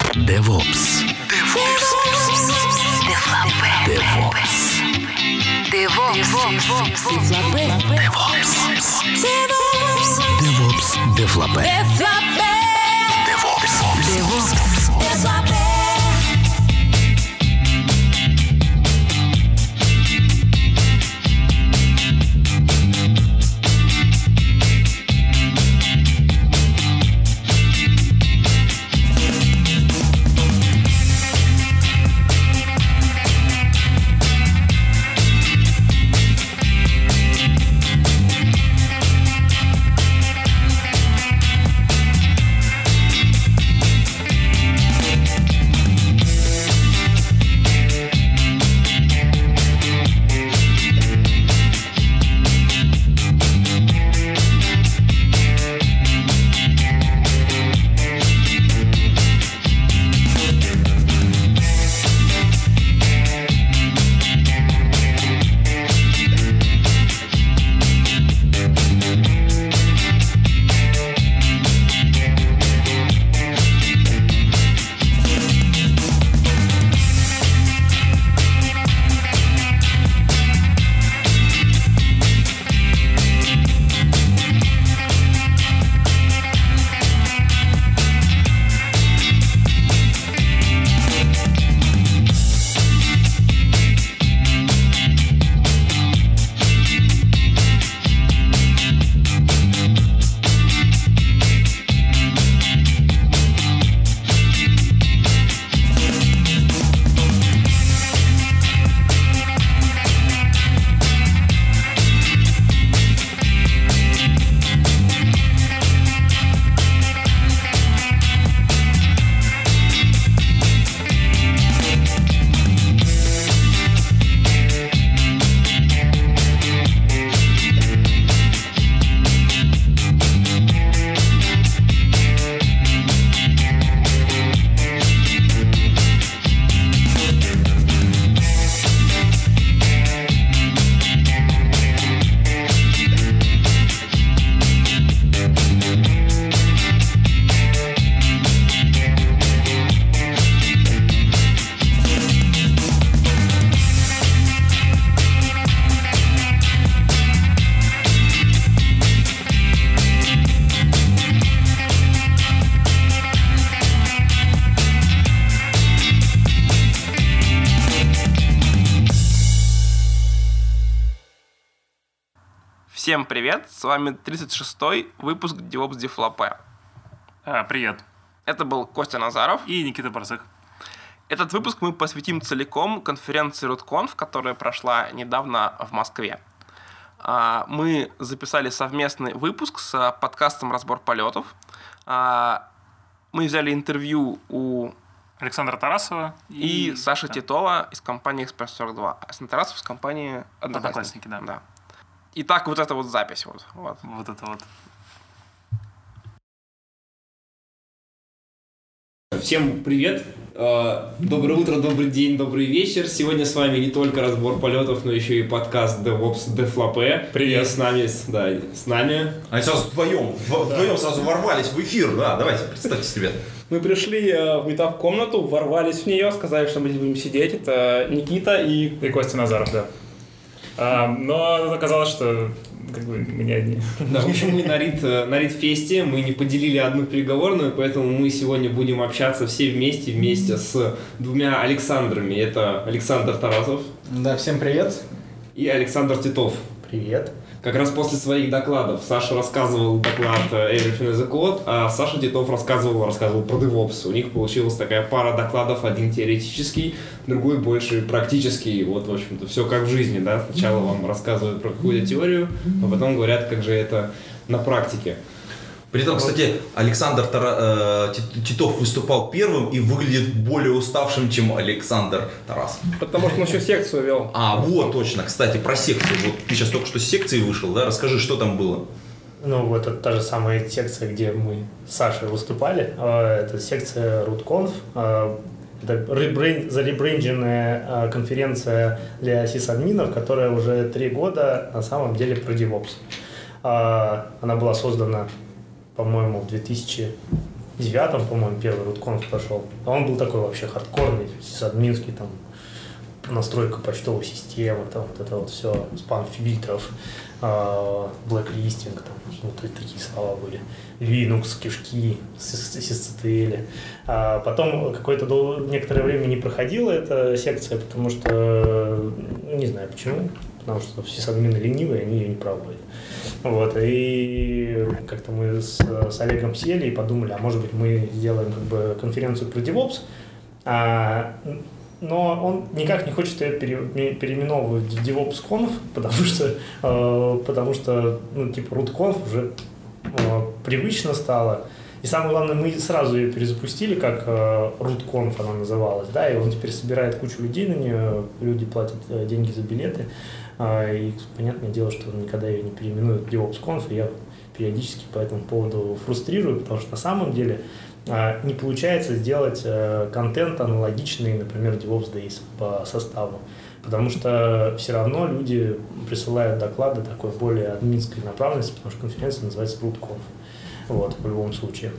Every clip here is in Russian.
DevOps. Всем привет, с вами 36-й выпуск DevOps DevLab. Привет. Это был Костя Назаров и Никита Барсык. Этот выпуск мы посвятим целиком конференции RootConf, которая прошла недавно в Москве. Мы записали совместный выпуск с подкастом «Разбор полетов». Мы взяли интервью у Александра Тарасова и Саши Титова из компании Express42. Александр Тарасов из компании «Одноклассники». Да. Итак, вот эта вот запись. Вот это вот. Всем привет, доброе утро, добрый день, добрый вечер. Сегодня с вами не только разбор полетов, но еще и подкаст DevOps DevLab. Привет. И с нами. Они сразу вдвоем сразу ворвались в эфир, да, давайте, представьтесь, ребят. Мы пришли в митап-комнату, ворвались в нее, сказали, что мы здесь будем сидеть. Это Никита и Костя Назаров, да. Но оказалось, что мы не одни. Да, в общем, мы на Рид-фесте, мы не поделили одну переговорную, поэтому мы сегодня будем общаться все вместе с двумя Александрами. Это Александр Тарасов. Да, всем привет. И Александр Титов. Привет. Как раз после своих докладов Саша рассказывал доклад Everything is a Code, а Саша Титов рассказывал про DevOps. У них получилась такая пара докладов, один теоретический, другой больше практический. Вот, в общем-то, все как в жизни, да? Сначала вам рассказывают про какую-то теорию, а потом говорят, как же это на практике. При этом, кстати, Александр Титов выступал первым и выглядит более уставшим, чем Александр Тарасов. Потому что он еще секцию вел. Вот, точно. Кстати, про секцию. Вот ты сейчас только что с секции вышел, да? Расскажи, что там было. Ну, вот это та же самая секция, где мы с Сашей выступали. Это секция RootConf. Это заребренденная конференция для сисадминов, которая уже 3 года на самом деле про DevOps. Она была создана, по-моему, в 2012 2009, по-моему, первый RootConf прошел. А он был такой вообще хардкорный, сисадминский, там, настройка почтовой системы, там, вот это вот все, спам-фильтров, блэклистинг, там, вот такие слова были. Linux, кишки, sysctl. Потом некоторое время не проходила эта секция, потому что, не знаю почему, потому что сисадмины ленивые, они ее не проводят. Вот, и как-то мы с Олегом сели и подумали, а может быть мы сделаем как бы конференцию про DevOps, но он никак не хочет ее переименовывать в DevOps.conf, потому что ну, типа RootConf уже привычно стало. И самое главное, мы сразу ее перезапустили, как RootConf она называлась, да, и он теперь собирает кучу людей на нее, люди платят деньги за билеты, и понятное дело, что он никогда ее не переименует в DevOps.conf, и я периодически по этому поводу фрустрирую, потому что на самом деле не получается сделать контент аналогичный, например, DevOps Days по составу, потому что все равно люди присылают доклады такой более админской направленности, потому что конференция называется RootConf. Вот, в любом случае.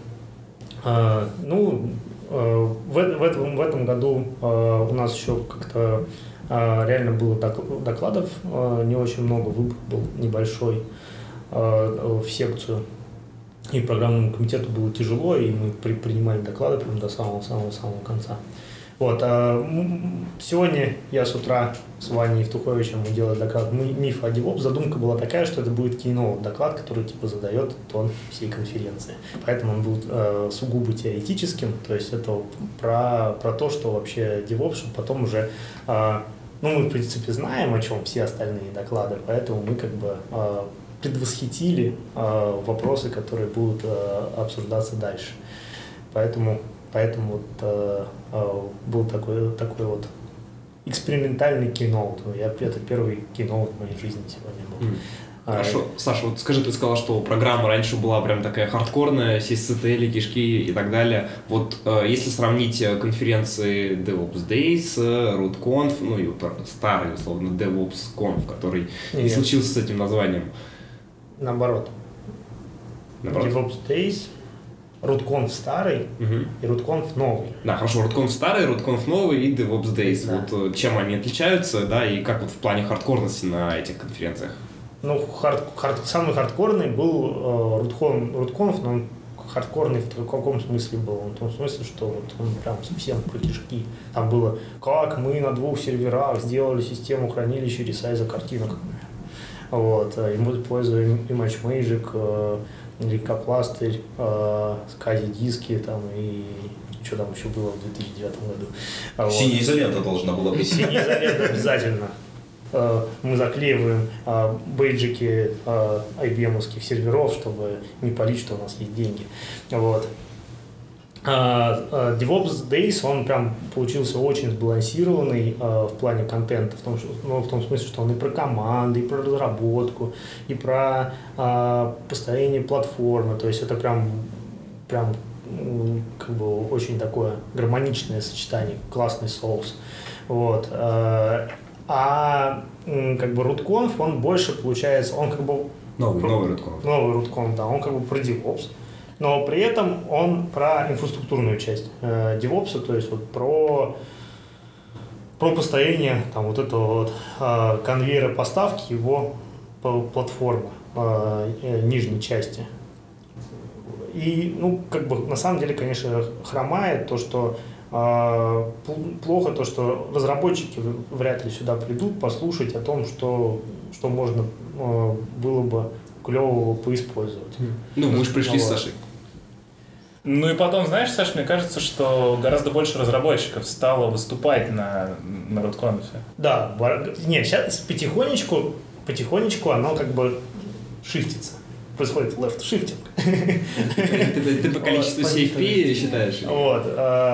В этом году у нас еще как-то реально было докладов не очень много, выбор был небольшой в секцию. И программному комитету было тяжело, и мы принимали доклады прям до самого-самого конца. Вот, сегодня я с утра с Ваней Евтуховичем мы делали доклад «Миф о DevOps». Задумка была такая, что это будет keynote доклад, который типа задает тон всей конференции. Поэтому он будет сугубо теоретическим, то есть это про то, что вообще DevOps, что потом уже... мы, в принципе, знаем, о чем все остальные доклады, поэтому мы как бы предвосхитили вопросы, которые будут обсуждаться дальше. Поэтому вот был такой вот экспериментальный keynote. Это первый keynote в моей жизни сегодня был. Хорошо. Саша, вот скажи, ты сказал, что программа раньше была прям такая хардкорная, sysctl, кишки и так далее. Вот если сравнить конференции DevOps Days, RootConf, ну и старый, условно, DevOps.conf, который не случился с этим названием. Наоборот. DevOps Days, RootConf старый и RootConf новый. Да, хорошо, RootConf старый, RootConf новый и DevOps Days. Да. Вот чем они отличаются, да, и как вот в плане хардкорности на этих конференциях? Ну, самый хардкорный был RootConf, но он хардкорный в каком смысле был? В том смысле, что вот он прям совсем про кишки. Там было, как мы на 2 серверах сделали систему хранилища ресайза картинок. Вот, и мы используем ImageMagick, Лейкопластырь, SCSI-диски там и что там еще было в 2009 году. Синяя изолента должна была быть. Синяя изолента обязательно. Мы заклеиваем бейджики IBM-овских серверов, чтобы не палить, что у нас есть деньги. Вот. DevOps Days, он прям получился очень сбалансированный в плане контента, в том смысле, что он и про команды, и про разработку, и про построение платформы, то есть это прям как бы очень такое гармоничное сочетание, классный соус. Вот. Как бы RootConf, он больше получается, он как бы... Новый RootConf. Новый RootConf, да, он как бы про DevOps. Но при этом он про инфраструктурную часть DevOps, то есть вот про построение там, вот этого вот, конвейера поставки его платформы нижней части. И, как бы, на самом деле, конечно, хромает то, что плохо то, что разработчики вряд ли сюда придут послушать о том, что можно было бы клевого поиспользовать. Мы же пришли с Сашей. Ну и потом, знаешь, Саш, мне кажется, что гораздо больше разработчиков стало выступать на RootConf. Да, сейчас потихонечку оно как бы шифтится. Происходит left-shifting. Ты по количеству CFP считаешь? Вот.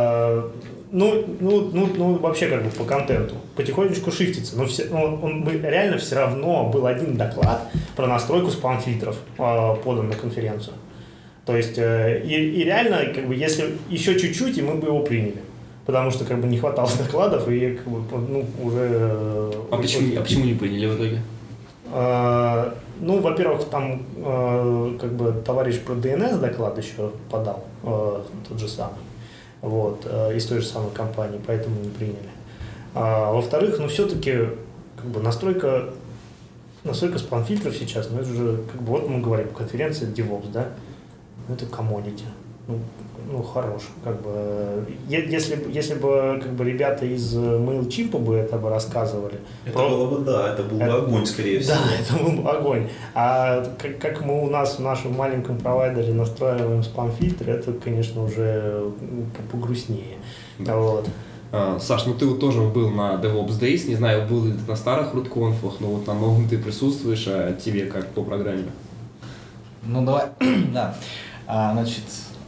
Вообще как бы по контенту. Потихонечку шифтится. Но реально все равно был один доклад про настройку спам-фильтров, подан на конференцию. То есть, и реально, как бы, если еще чуть-чуть, и мы бы его приняли. Потому что как бы не хватало докладов, и как бы, уже... А почему не приняли в итоге? Ну, во-первых, там как бы товарищ про DNS доклад еще подал, тот же самый, вот, из той же самой компании, поэтому не приняли. Во-вторых, ну, все-таки как бы настройка спам-фильтров сейчас, ну, это же, как бы, вот мы говорим, конференция DevOps, да, ну, это commodity. Ну, хорош, как бы, если бы, как бы, ребята из MailChimp бы это бы рассказывали. Это было бы, да, это был бы огонь, скорее всего. Да, это был бы огонь. А как мы у нас в нашем маленьком провайдере настраиваем спам-фильтры, это, конечно, уже погрустнее. Да. Вот. Саш, ну ты вот тоже был на DevOps Days, не знаю, был ли ты на старых RootConf'ах, но вот на новом ты присутствуешь, а тебе как по программе? Ну, давай, да. Значит,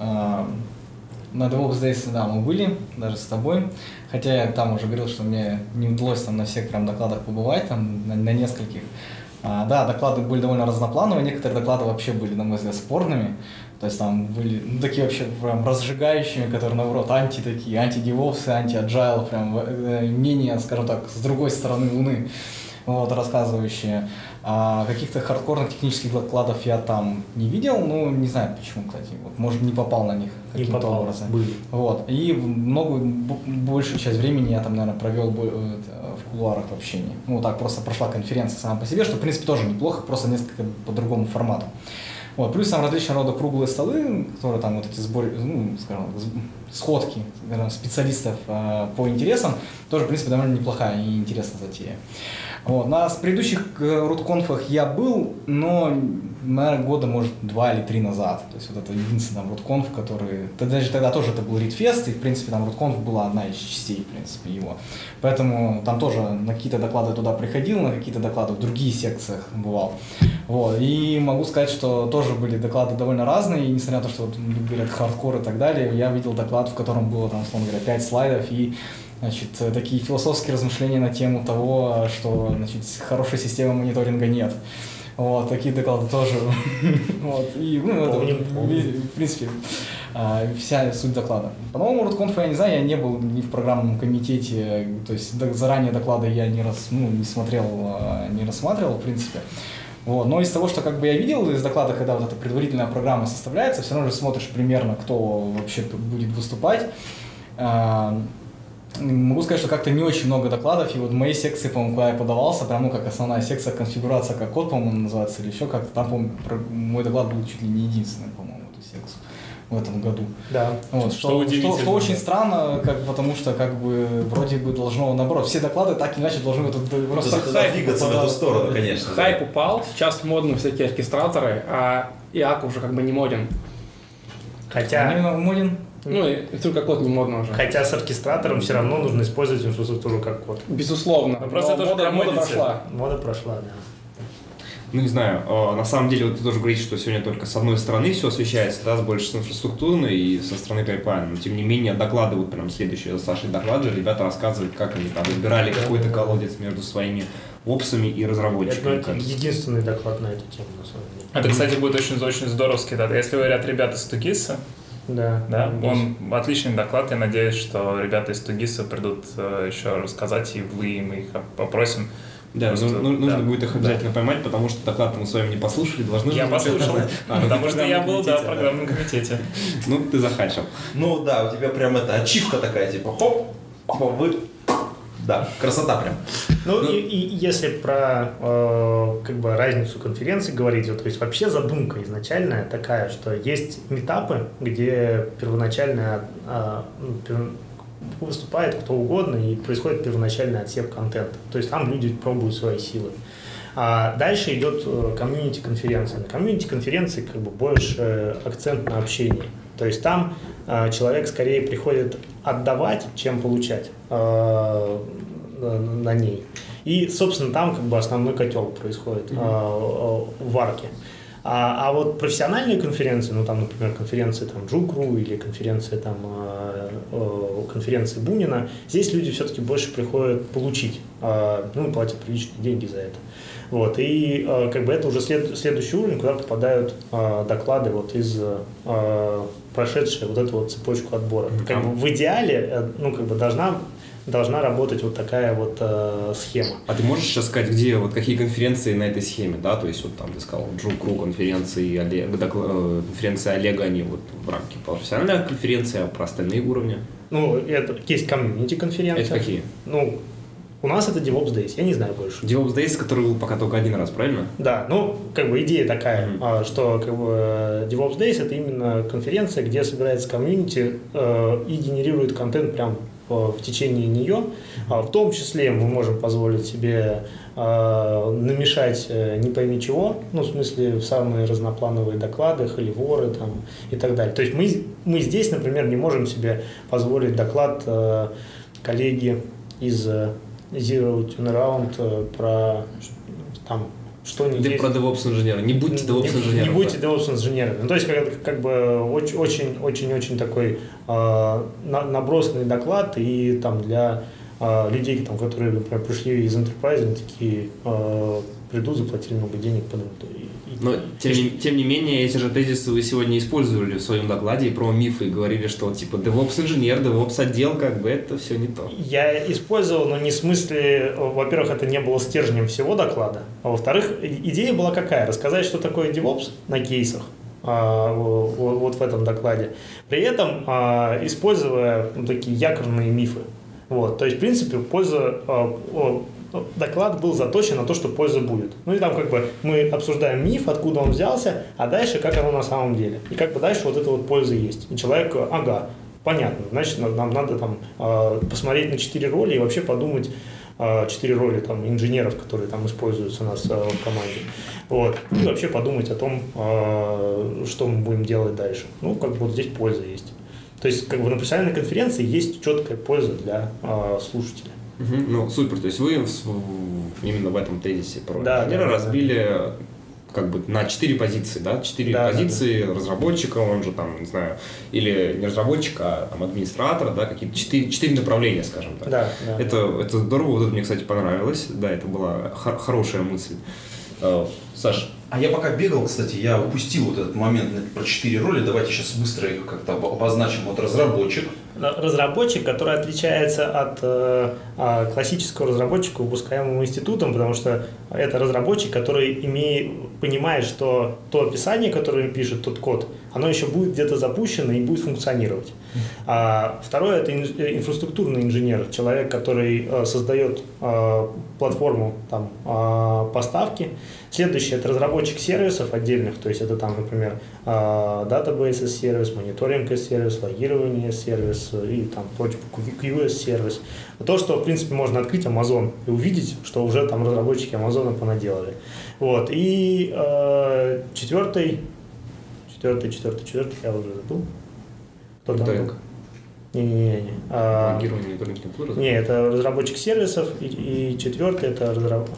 на DevOps Days, да, мы были, даже с тобой, хотя я там уже говорил, что мне не удалось там на всех прям докладах побывать, там на нескольких. Да, доклады были довольно разноплановые, некоторые доклады вообще были, на мой взгляд, спорными, то есть там были такие вообще прям разжигающими, которые, наоборот, анти-DevOps, анти-Agile, прям мнения, скажем так, с другой стороны Луны, вот, рассказывающие. Каких-то хардкорных технических докладов я там не видел, ну, не знаю почему, кстати, вот, может, не попал на них каким-то образом. Вот. И большую часть времени я там, наверное, провел в кулуарах в общении. Ну, вот так просто прошла конференция сама по себе, что, в принципе, тоже неплохо, просто несколько по другому формату. Вот. Плюс там различного рода круглые столы, которые там вот эти сходки, скажем, специалистов по интересам, тоже, в принципе, довольно неплохая и интересная затея. Вот. На предыдущих RootConf'ах я был, но, наверное, года, может, 2 или 3 назад. То есть вот это единственный RootConf, который... Даже тогда тоже это был ReadFest, и, в принципе, там RootConf была одна из частей, в принципе, его. Поэтому там тоже на какие-то доклады туда приходил, на какие-то доклады в других секциях бывал. Вот. И могу сказать, что тоже были доклады довольно разные, и несмотря на то, что вот, говорят хардкор и так далее, я видел доклад, в котором было, там, условно говоря, 5 слайдов, и значит, такие философские размышления на тему того, что, значит, хорошей системы мониторинга нет. Вот, такие доклады тоже. Вот, и, ну, это, в принципе, вся суть доклада. По новому RootConf, я не знаю, я не был ни в программном комитете, то есть заранее доклады я не смотрел, не рассматривал, в принципе. Вот. Но из того, что как бы я видел из доклада, когда вот эта предварительная программа составляется, все равно же смотришь примерно, кто вообще будет выступать. Могу сказать, что как-то не очень много докладов, и вот в моей секции, по-моему, куда я подавался, прям, как основная секция конфигурация, как код, по-моему, называется, или еще как-то, там, по-моему, мой доклад был чуть ли не единственный, по-моему, эту секцию в этом году. Да. Вот, что очень странно, потому что, как бы, вроде бы должно, наоборот, все доклады так или иначе должны просто двигаться в эту сторону, конечно. Хайп упал, сейчас модны всякие оркестраторы, а ИАК уже как бы не моден. Хотя... моден? Ну, это как код не модно уже. Хотя с оркестратором все равно нужно использовать инфраструктуру как код. Безусловно. Но просто это мода прошла. Мода прошла, да. Ну, не знаю, на самом деле, вот ты тоже говоришь, что сегодня только с одной стороны все освещается, да, больше с инфраструктурной и со стороны пайплайна. Но, тем не менее, доклады, вот прям следующие за Сашей доклад же, ребята рассказывают, как они там выбирали какой-то колодец между своими опсами и разработчиками. Это единственный доклад на эту тему, на самом деле. Это, кстати, будет очень здоровский, да. Если говорят ребята с Тугиса, да, он отличный доклад, я надеюсь, что ребята из Тугиса придут еще рассказать, и мы их попросим. Да, нужно будет их обязательно поймать, потому что доклад мы с вами не послушали, должны... Я послушал, потому что я был, в программном комитете. Ну, ты захачил. Ну да, у тебя прям ачивка такая, типа, хоп, вы... Да, красота прям. Ну и если про как бы разницу конференций говорить, то есть вообще задумка изначальная такая, что есть митапы, где первоначально выступает кто угодно и происходит первоначальный отсев контента. То есть там люди пробуют свои силы. А дальше идет комьюнити-конференция. На комьюнити-конференции как бы больше акцент на общении. То есть там человек скорее приходит отдавать, чем получать на ней. И, собственно, там как бы основной котел происходит в арке. А вот профессиональные конференции, ну там, например, конференции там Джукру или конференции Бунина, здесь люди все-таки больше приходят получить, ну и платят приличные деньги за это. Вот, и как бы это уже следующий уровень, куда попадают доклады вот из прошедшей вот эту вот цепочку отбора. Как бы в идеале, ну как бы должна должна работать вот такая вот схема. А ты можешь сейчас сказать, где, вот какие конференции на этой схеме, да? То есть вот там ты сказал, Джукру конференции, конференция Олега, они вот в рамке профессиональной конференции, а про остальные уровни? Ну, это есть комьюнити конференция. Это какие? Ну, у нас это DevOps Days, я не знаю больше. DevOps Days, который был пока только один раз, правильно? Да, ну, как бы идея такая, что как бы DevOps Days это именно конференция, где собирается комьюнити и генерирует контент прям в течение нее. В том числе мы можем позволить себе намешать не пойми чего, ну, в смысле, в самые разноплановые доклады, холиворы там и так далее. То есть мы здесь, например, не можем себе позволить доклад коллеги из Zero Turnaround про там что не Ты есть. про DevOps инженера. Не будьте DevOps инженерами. Не будьте DevOps инженерами. Ну, то есть как бы очень такой набросанный доклад и там для людей, там, которые, например, пришли из Enterprise, такие придут, заплатили много денег, подумают. Но, тем не менее, эти же тезисы вы сегодня использовали в своем докладе про мифы и говорили, что типа DevOps-инженер, DevOps-отдел, как бы это все не то. Я использовал, но не в смысле, во-первых, это не было стержнем всего доклада, а во-вторых, идея была какая? Рассказать, что такое DevOps на кейсах, вот в этом докладе, при этом используя такие якорные мифы. Вот, то есть, в принципе, доклад был заточен на то, что польза будет. Ну и там как бы мы обсуждаем миф, откуда он взялся, а дальше как оно на самом деле. И как бы дальше вот эта вот польза есть. И человек, ага, понятно, значит нам надо там посмотреть на 4 роли и вообще подумать 4 роли там инженеров, которые там используются у нас в команде. Вот. И вообще подумать о том, что мы будем делать дальше. Ну, как бы вот здесь польза есть. То есть как бы на профессиональной конференции есть четкая польза для слушателя. Ну, супер. То есть вы именно в этом тезисе про инженера да, разбили как бы на 4 позиции, да? 4 позиции разработчика, он же там, не знаю, или не разработчик, а там администратор, да, какие-то 4 направления, скажем так. Да. Это здорово, вот это мне, кстати, понравилось. Да, это была хорошая мысль. Саш. А я пока бегал, кстати, я упустил вот этот момент про 4 роли. Давайте сейчас быстро их как-то обозначим. Вот разработчик. Разработчик, который отличается от классического разработчика, выпускаемого институтом, потому что это разработчик, который понимает, что то описание, которое пишет тот код, оно еще будет где-то запущено и будет функционировать. Второе – это инфраструктурный инженер, человек, который создает платформу там, поставки. Следующее – это разработчик сервисов отдельных, то есть это там, например, database сервис, мониторинг сервис, логирование сервис и там прочее, QS сервис. То, что, в принципе, можно открыть Amazon и увидеть, что уже там разработчики Amazon понаделали. Вот. И четвертый, я уже забыл. Кто там был? Не. Логирование, мониторинг не было? Не, это разработчик сервисов, и четвертый – это разработчик.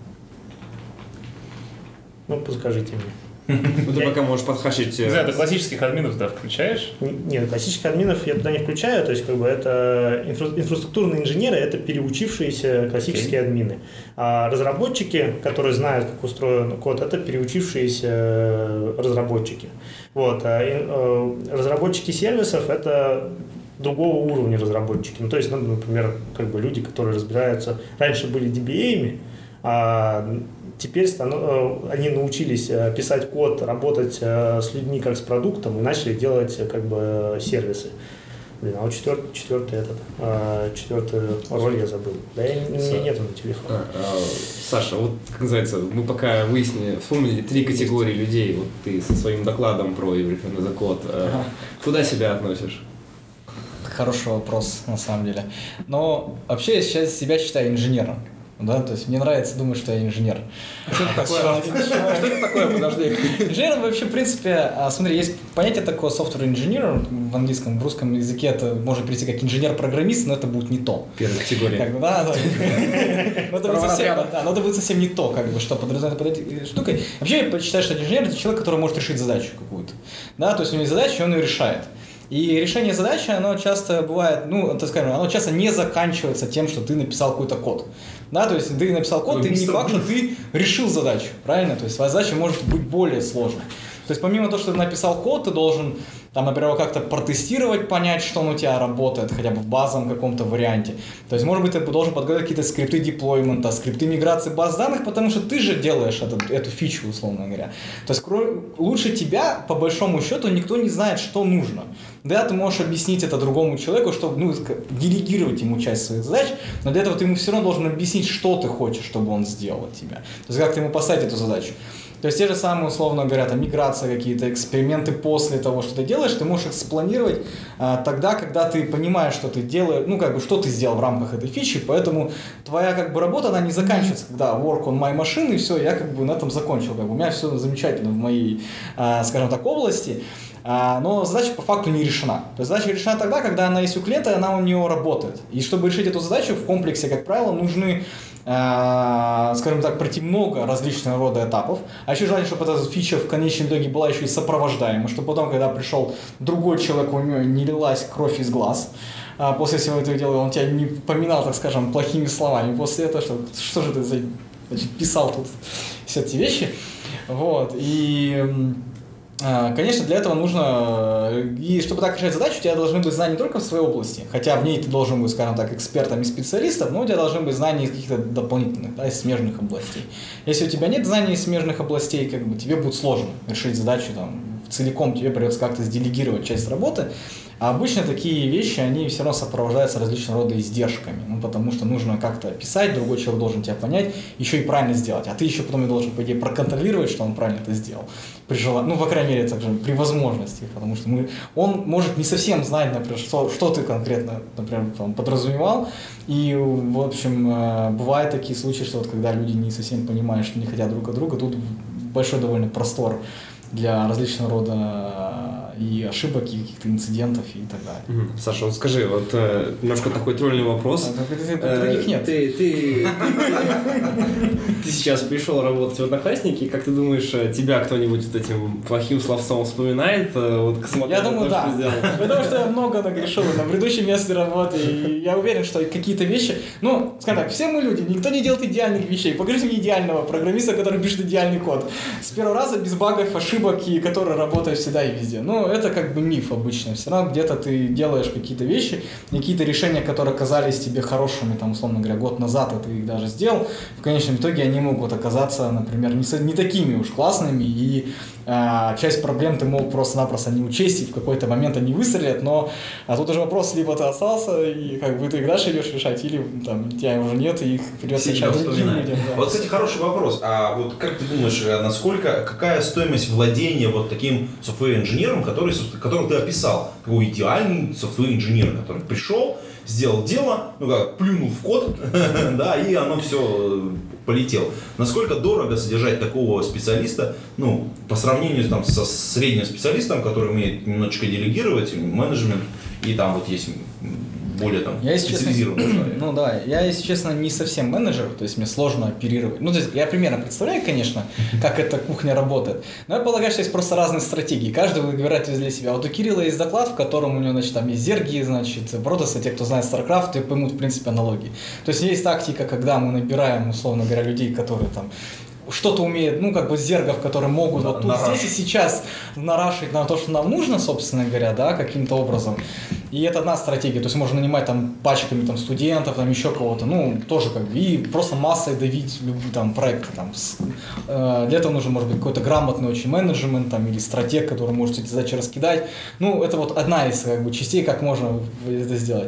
Ну, подскажите мне. Ну, ты пока можешь подхачить... Не знаю, ты классических админов туда включаешь? Нет, классических админов я туда не включаю, то есть как бы это инфраструктурные инженеры, это переучившиеся классические админы. А разработчики, которые знают, как устроен код, это переучившиеся разработчики. Вот. А разработчики сервисов – это другого уровня разработчики. Ну, то есть, например, как бы люди, которые разбираются, раньше были DBA-ми, а теперь они научились писать код, работать с людьми как с продуктом и начали делать как бы сервисы. А вот четвертую роль я забыл. Да, у меня нету на телефоне. Саша, вот как называется, мы пока вспомнили 3 категории людей. Вот ты со своим докладом про Everything as a Code. Куда себя относишь? Хороший вопрос, на самом деле. Но вообще я сейчас себя считаю инженером. Да, то есть мне нравится думать, что я инженер. Что это такое? Подожди. Инженер вообще, в принципе, смотри, есть понятие такое software engineer в английском, в русском языке это может перейти как инженер-программист, но это будет не то. Первая категория. Да. Но это будет совсем не то, как бы, что подразумевается под этой штукой. Вообще я считаю, что инженер это человек, который может решить задачу какую-то. Да, то есть у него есть задача, и он ее решает. И решение задачи, оно часто бывает, оно часто не заканчивается тем, что ты написал какой-то код. Да, то есть ты написал код, и не факт, что ты решил задачу, правильно? То есть твоя задача может быть более сложной. То есть помимо того, что ты написал код, ты должен там, например, его как-то протестировать, понять, что он у тебя работает, хотя бы в базовом каком-то варианте. То есть, может быть, ты должен подготовить какие-то скрипты деплоймента, скрипты миграции баз данных, потому что ты же делаешь эту фичу, условно говоря. То есть, лучше тебя, по большому счету, никто не знает, что нужно. Да, ты можешь объяснить это другому человеку, чтобы делегировать ему часть своих задач, но для этого ты ему все равно должен объяснить, что ты хочешь, чтобы он сделал от тебя. То есть, как ты ему поставить эту задачу. То есть те же самые, условно говоря, там, миграция, какие-то эксперименты после того, что ты делаешь, ты можешь их спланировать тогда, когда ты понимаешь, что ты делаешь, что ты сделал в рамках этой фичи, поэтому твоя работа, она не заканчивается, когда work on my machine, и все, я на этом закончил. У меня все замечательно в моей, скажем так, области. Но задача по факту не решена. То есть задача решена тогда, когда она есть у клиента, и она у него работает. И чтобы решить эту задачу, в комплексе, как правило, нужны, скажем так, пройти много различного рода этапов. А еще желательно, чтобы эта фича в конечном итоге была еще и сопровождаема, чтобы потом, когда пришел другой человек, у него не лилась кровь из глаз. После всего этого дела он тебя не поминал, так скажем, плохими словами. После этого, что же ты писал тут все эти вещи. Вот. И... Конечно, для этого нужно, и чтобы так решать задачу, у тебя должны быть знания не только в своей области, хотя в ней ты должен быть, скажем так, экспертом и специалистом, но у тебя должны быть знания из каких-то дополнительных, да, из смежных областей. Если у тебя нет знаний из смежных областей, тебе будет сложно решить задачу целиком, тебе придется как-то сделегировать часть работы. А обычно такие вещи, они все равно сопровождаются различного рода издержками, потому что нужно как-то описать, другой человек должен тебя понять, еще и правильно сделать, а ты еще потом должен, по идее, проконтролировать, что он правильно это сделал, при желании, по крайней мере, также при возможности, потому что он может не совсем знать, например, что ты конкретно, например, подразумевал, и, в общем, бывают такие случаи, что когда люди не совсем понимают, что не хотят друг от друга, тут большой довольно простор для различного рода и ошибок, и каких-то инцидентов и так далее. Саша, вот скажи, немножко такой тролльный вопрос. Других нет. Ты сейчас пришел работать в Одноклассники, как ты думаешь, тебя кто-нибудь этим плохим словцом вспоминает? Я думаю, да. Потому что я много нагрешил на предыдущем месте работы, и я уверен, что какие-то вещи... скажем так, все мы люди, никто не делает идеальных вещей. Покажите мне идеального программиста, который пишет идеальный код. С первого раза, без багов, ошибок, и который работает всегда и везде. Это миф обычно. Все равно где-то ты делаешь какие-то вещи, какие-то решения, которые казались тебе хорошими, условно говоря, год назад, и ты их даже сделал. В конечном итоге они могут оказаться, например, не такими уж классными, и часть проблем ты мог просто-напросто не учесть, и в какой-то момент они выстрелят, но тут уже вопрос, либо ты остался, и ты их дальше идешь решать, или тебя уже нет, и их придется решать другим людям. Да. Вот, кстати, хороший вопрос. А вот как ты думаешь, какая стоимость владения таким софтвер-инженером, которого ты описал? Такой идеальный софтвер-инженер, который пришел, сделал дело, плюнул в код, да, и оно все полетело. Насколько дорого содержать такого специалиста, по сравнению со средним специалистом, который умеет немножечко делегировать, менеджмент, и есть более специализированный человек. Я, если честно, не совсем менеджер, то есть мне сложно оперировать. То есть я примерно представляю, конечно, как эта кухня работает, но я полагаю, что есть просто разные стратегии. Каждый выбирает для себя. Вот у Кирилла есть доклад, в котором у него, там есть зерги, Протоссы, те, кто знает StarCraft, те поймут, в принципе, аналогии. То есть есть тактика, когда мы набираем, условно говоря, людей, которые что-то умеют, зергов, которые могут тут здесь и сейчас нарашить на то, что нам нужно, собственно говоря, да, каким-то образом. И это одна стратегия, то есть можно нанимать пачками студентов, еще кого-то, тоже и просто массой давить любые проекты. Для этого нужен, может быть, какой-то грамотный очень менеджмент или стратег, который может эти задачи раскидать. Это одна из частей, как можно это сделать.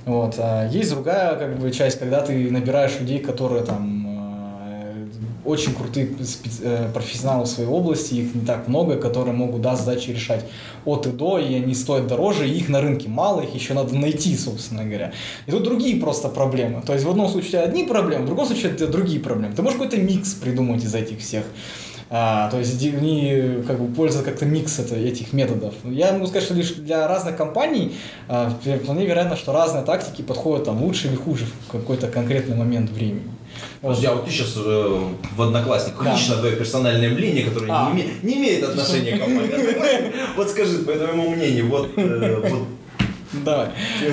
Есть другая часть, когда ты набираешь людей, которые очень крутые профессионалы в своей области, их не так много, которые могут задачи решать от и до, и они стоят дороже, и их на рынке мало, их еще надо найти, собственно говоря. И тут другие просто проблемы. То есть в одном случае у тебя одни проблемы, в другом случае это другие проблемы. Ты можешь какой-то микс придумать из этих всех. То есть они пользуются как-то микс этих методов. Я могу сказать, что лишь для разных компаний вполне вероятно, что разные тактики подходят лучше или хуже в какой-то конкретный момент времени. Подожди, а ты сейчас в Одноклассниках, лично твое персональное мнение, которое не имеет отношения к компании. Вот скажи, по твоему мнению, Давай.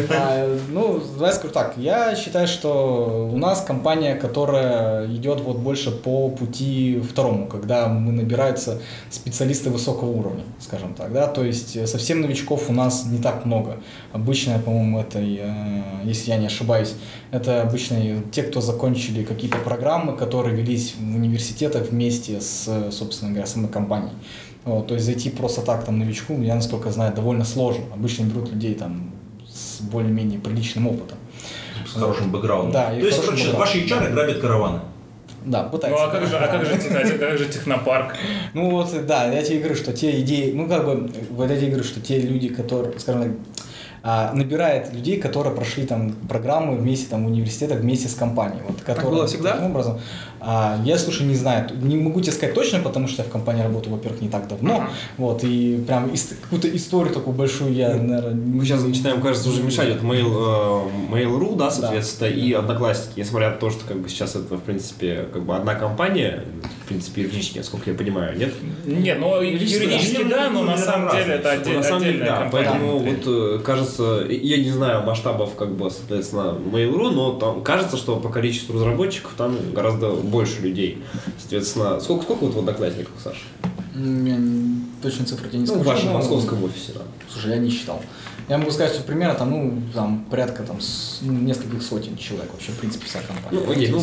Давай скажу так. Я считаю, что у нас компания, которая идет вот больше по пути второму, когда мы набираются специалисты высокого уровня, скажем так, да, то есть совсем новичков у нас не так много. Обычно, по-моему, это, если я не ошибаюсь, это обычно те, кто закончили какие-то программы, которые велись в университетах вместе с, собственно говоря, самой компанией. Вот, то есть зайти просто так там новичку, я насколько знаю, довольно сложно. Обычно берут людей там с более-менее приличным опытом. С хорошим бэкграундом. Да, то есть, короче, ваши HR грабят караваны. Да, пытаются. Ну как же технопарк? Ну вот, да, я тебе говорю, что те идеи, вот я тебе говорю, что те люди, которые, скажем так, набирает людей, которые прошли там программы вместе там в университетах вместе с компанией. Вот, так было всегда? Таким образом, я, слушай, не знаю, не могу тебе сказать точно, потому что я в компании работаю, во-первых, не так давно, вот, и прям какую-то историю такую большую я, наверное... Мы сейчас начинаем, кажется, уже мешать. Вот Mail.ru, да, соответственно, и Одноклассники, несмотря на то, что как бы сейчас это, в принципе, как бы одна компания, в принципе, юридически, насколько я понимаю, нет? Нет, ну юридически да, но на самом деле это отдельная компания. Поэтому вот кажется, я не знаю масштабов, как бы, соответственно, Mail.ru, но там кажется, что по количеству разработчиков там гораздо больше людей. Соответственно, сколько вот в Одноклассниках, Саша? Я точно цифры тебе не скажу. В вашем московском офисе, да. Слушай, я не считал. Я могу сказать, что примерно там порядка нескольких сотен человек вообще, в принципе, вся компания. Ну, окей,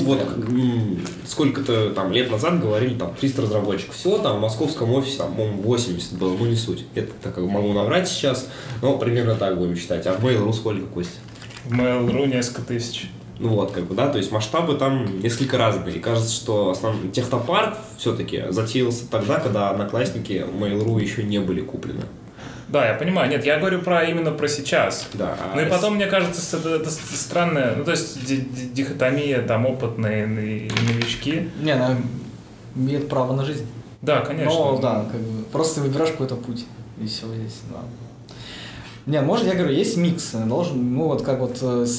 сколько-то там лет назад говорили, там, 300 разработчиков. Всего там в московском офисе, там, по-моему, 80 было, ну, не суть. Это так как могу наврать сейчас, но примерно так будем считать. А в Mail.ru сколько, Костя? В Mail.ru несколько тысяч. Ну вот, как бы, да, то есть масштабы там несколько разные. И кажется, что основной технопарк все-таки затеялся тогда, когда Одноклассники Mail.ru еще не были куплены. Да, я понимаю. Нет, я говорю именно про сейчас. Да. Ну и потом, мне кажется, это странное, ну то есть дихотомия, там, опытные и новички. Не, она имеет право на жизнь. Да, конечно. Но, да, как бы, просто ты выбираешь какой-то путь, и все здесь, да. Не, может, я говорю, есть микс, должен, ну вот как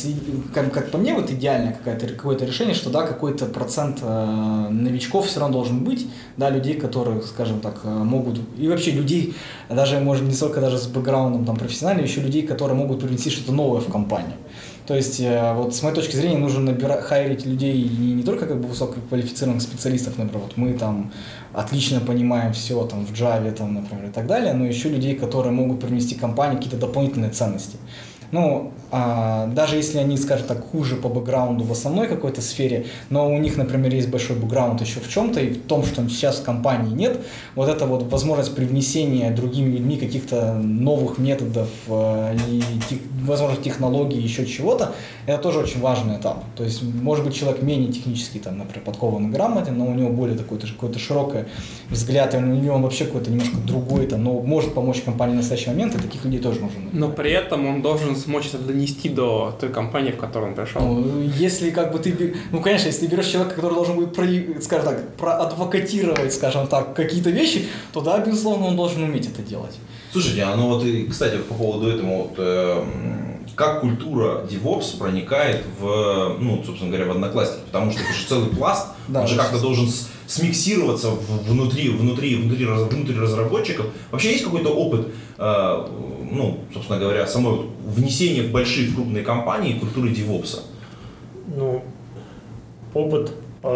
по мне, вот идеальное какое-то решение, что да, какой-то процент новичков все равно должен быть, да, людей, которые, скажем так, могут, и вообще людей, даже, может, не только даже с бэкграундом там профессиональным, еще людей, которые могут привнести что-то новое в компанию. То есть, вот с моей точки зрения, нужно хайрить людей не только как бы высококвалифицированных специалистов, например, вот мы там отлично понимаем все там в Java, там, например, и так далее, но еще людей, которые могут привнести компании какие-то дополнительные ценности. Ну, даже если они, скажем так, хуже по бэкграунду в основной какой-то сфере, но у них, например, есть большой бэкграунд еще в чем-то, и в том, что сейчас в компании нет, вот эта вот возможность привнесения другими людьми каких-то новых методов и, возможно, технологий, еще чего-то, это тоже очень важный этап. То есть, может быть, человек менее технически, там, например, подкован и грамотен, но у него более какой-то широкий взгляд, и у него он вообще какой-то немножко другой, там, но может помочь компании в настоящий момент, и таких людей тоже нужно. Но при этом он должен смочь это донести до той компании, в которую он пришел. Ну, если как бы ты, ну, конечно, если ты берешь человека, который должен будет, скажем так, проадвокатировать, скажем так, какие-то вещи, то да, безусловно, он должен уметь это делать. Слушайте, ну вот и, кстати, по поводу этого, как культура DevOps проникает в, ну, собственно говоря, в Одноклассники, потому что это же целый пласт, да, он же как-то должен смиксироваться внутри разработчиков. Вообще есть какой-то опыт, ну, собственно говоря, самого внесения в большие, в крупные компании культуры DevOps? Ну, опыт.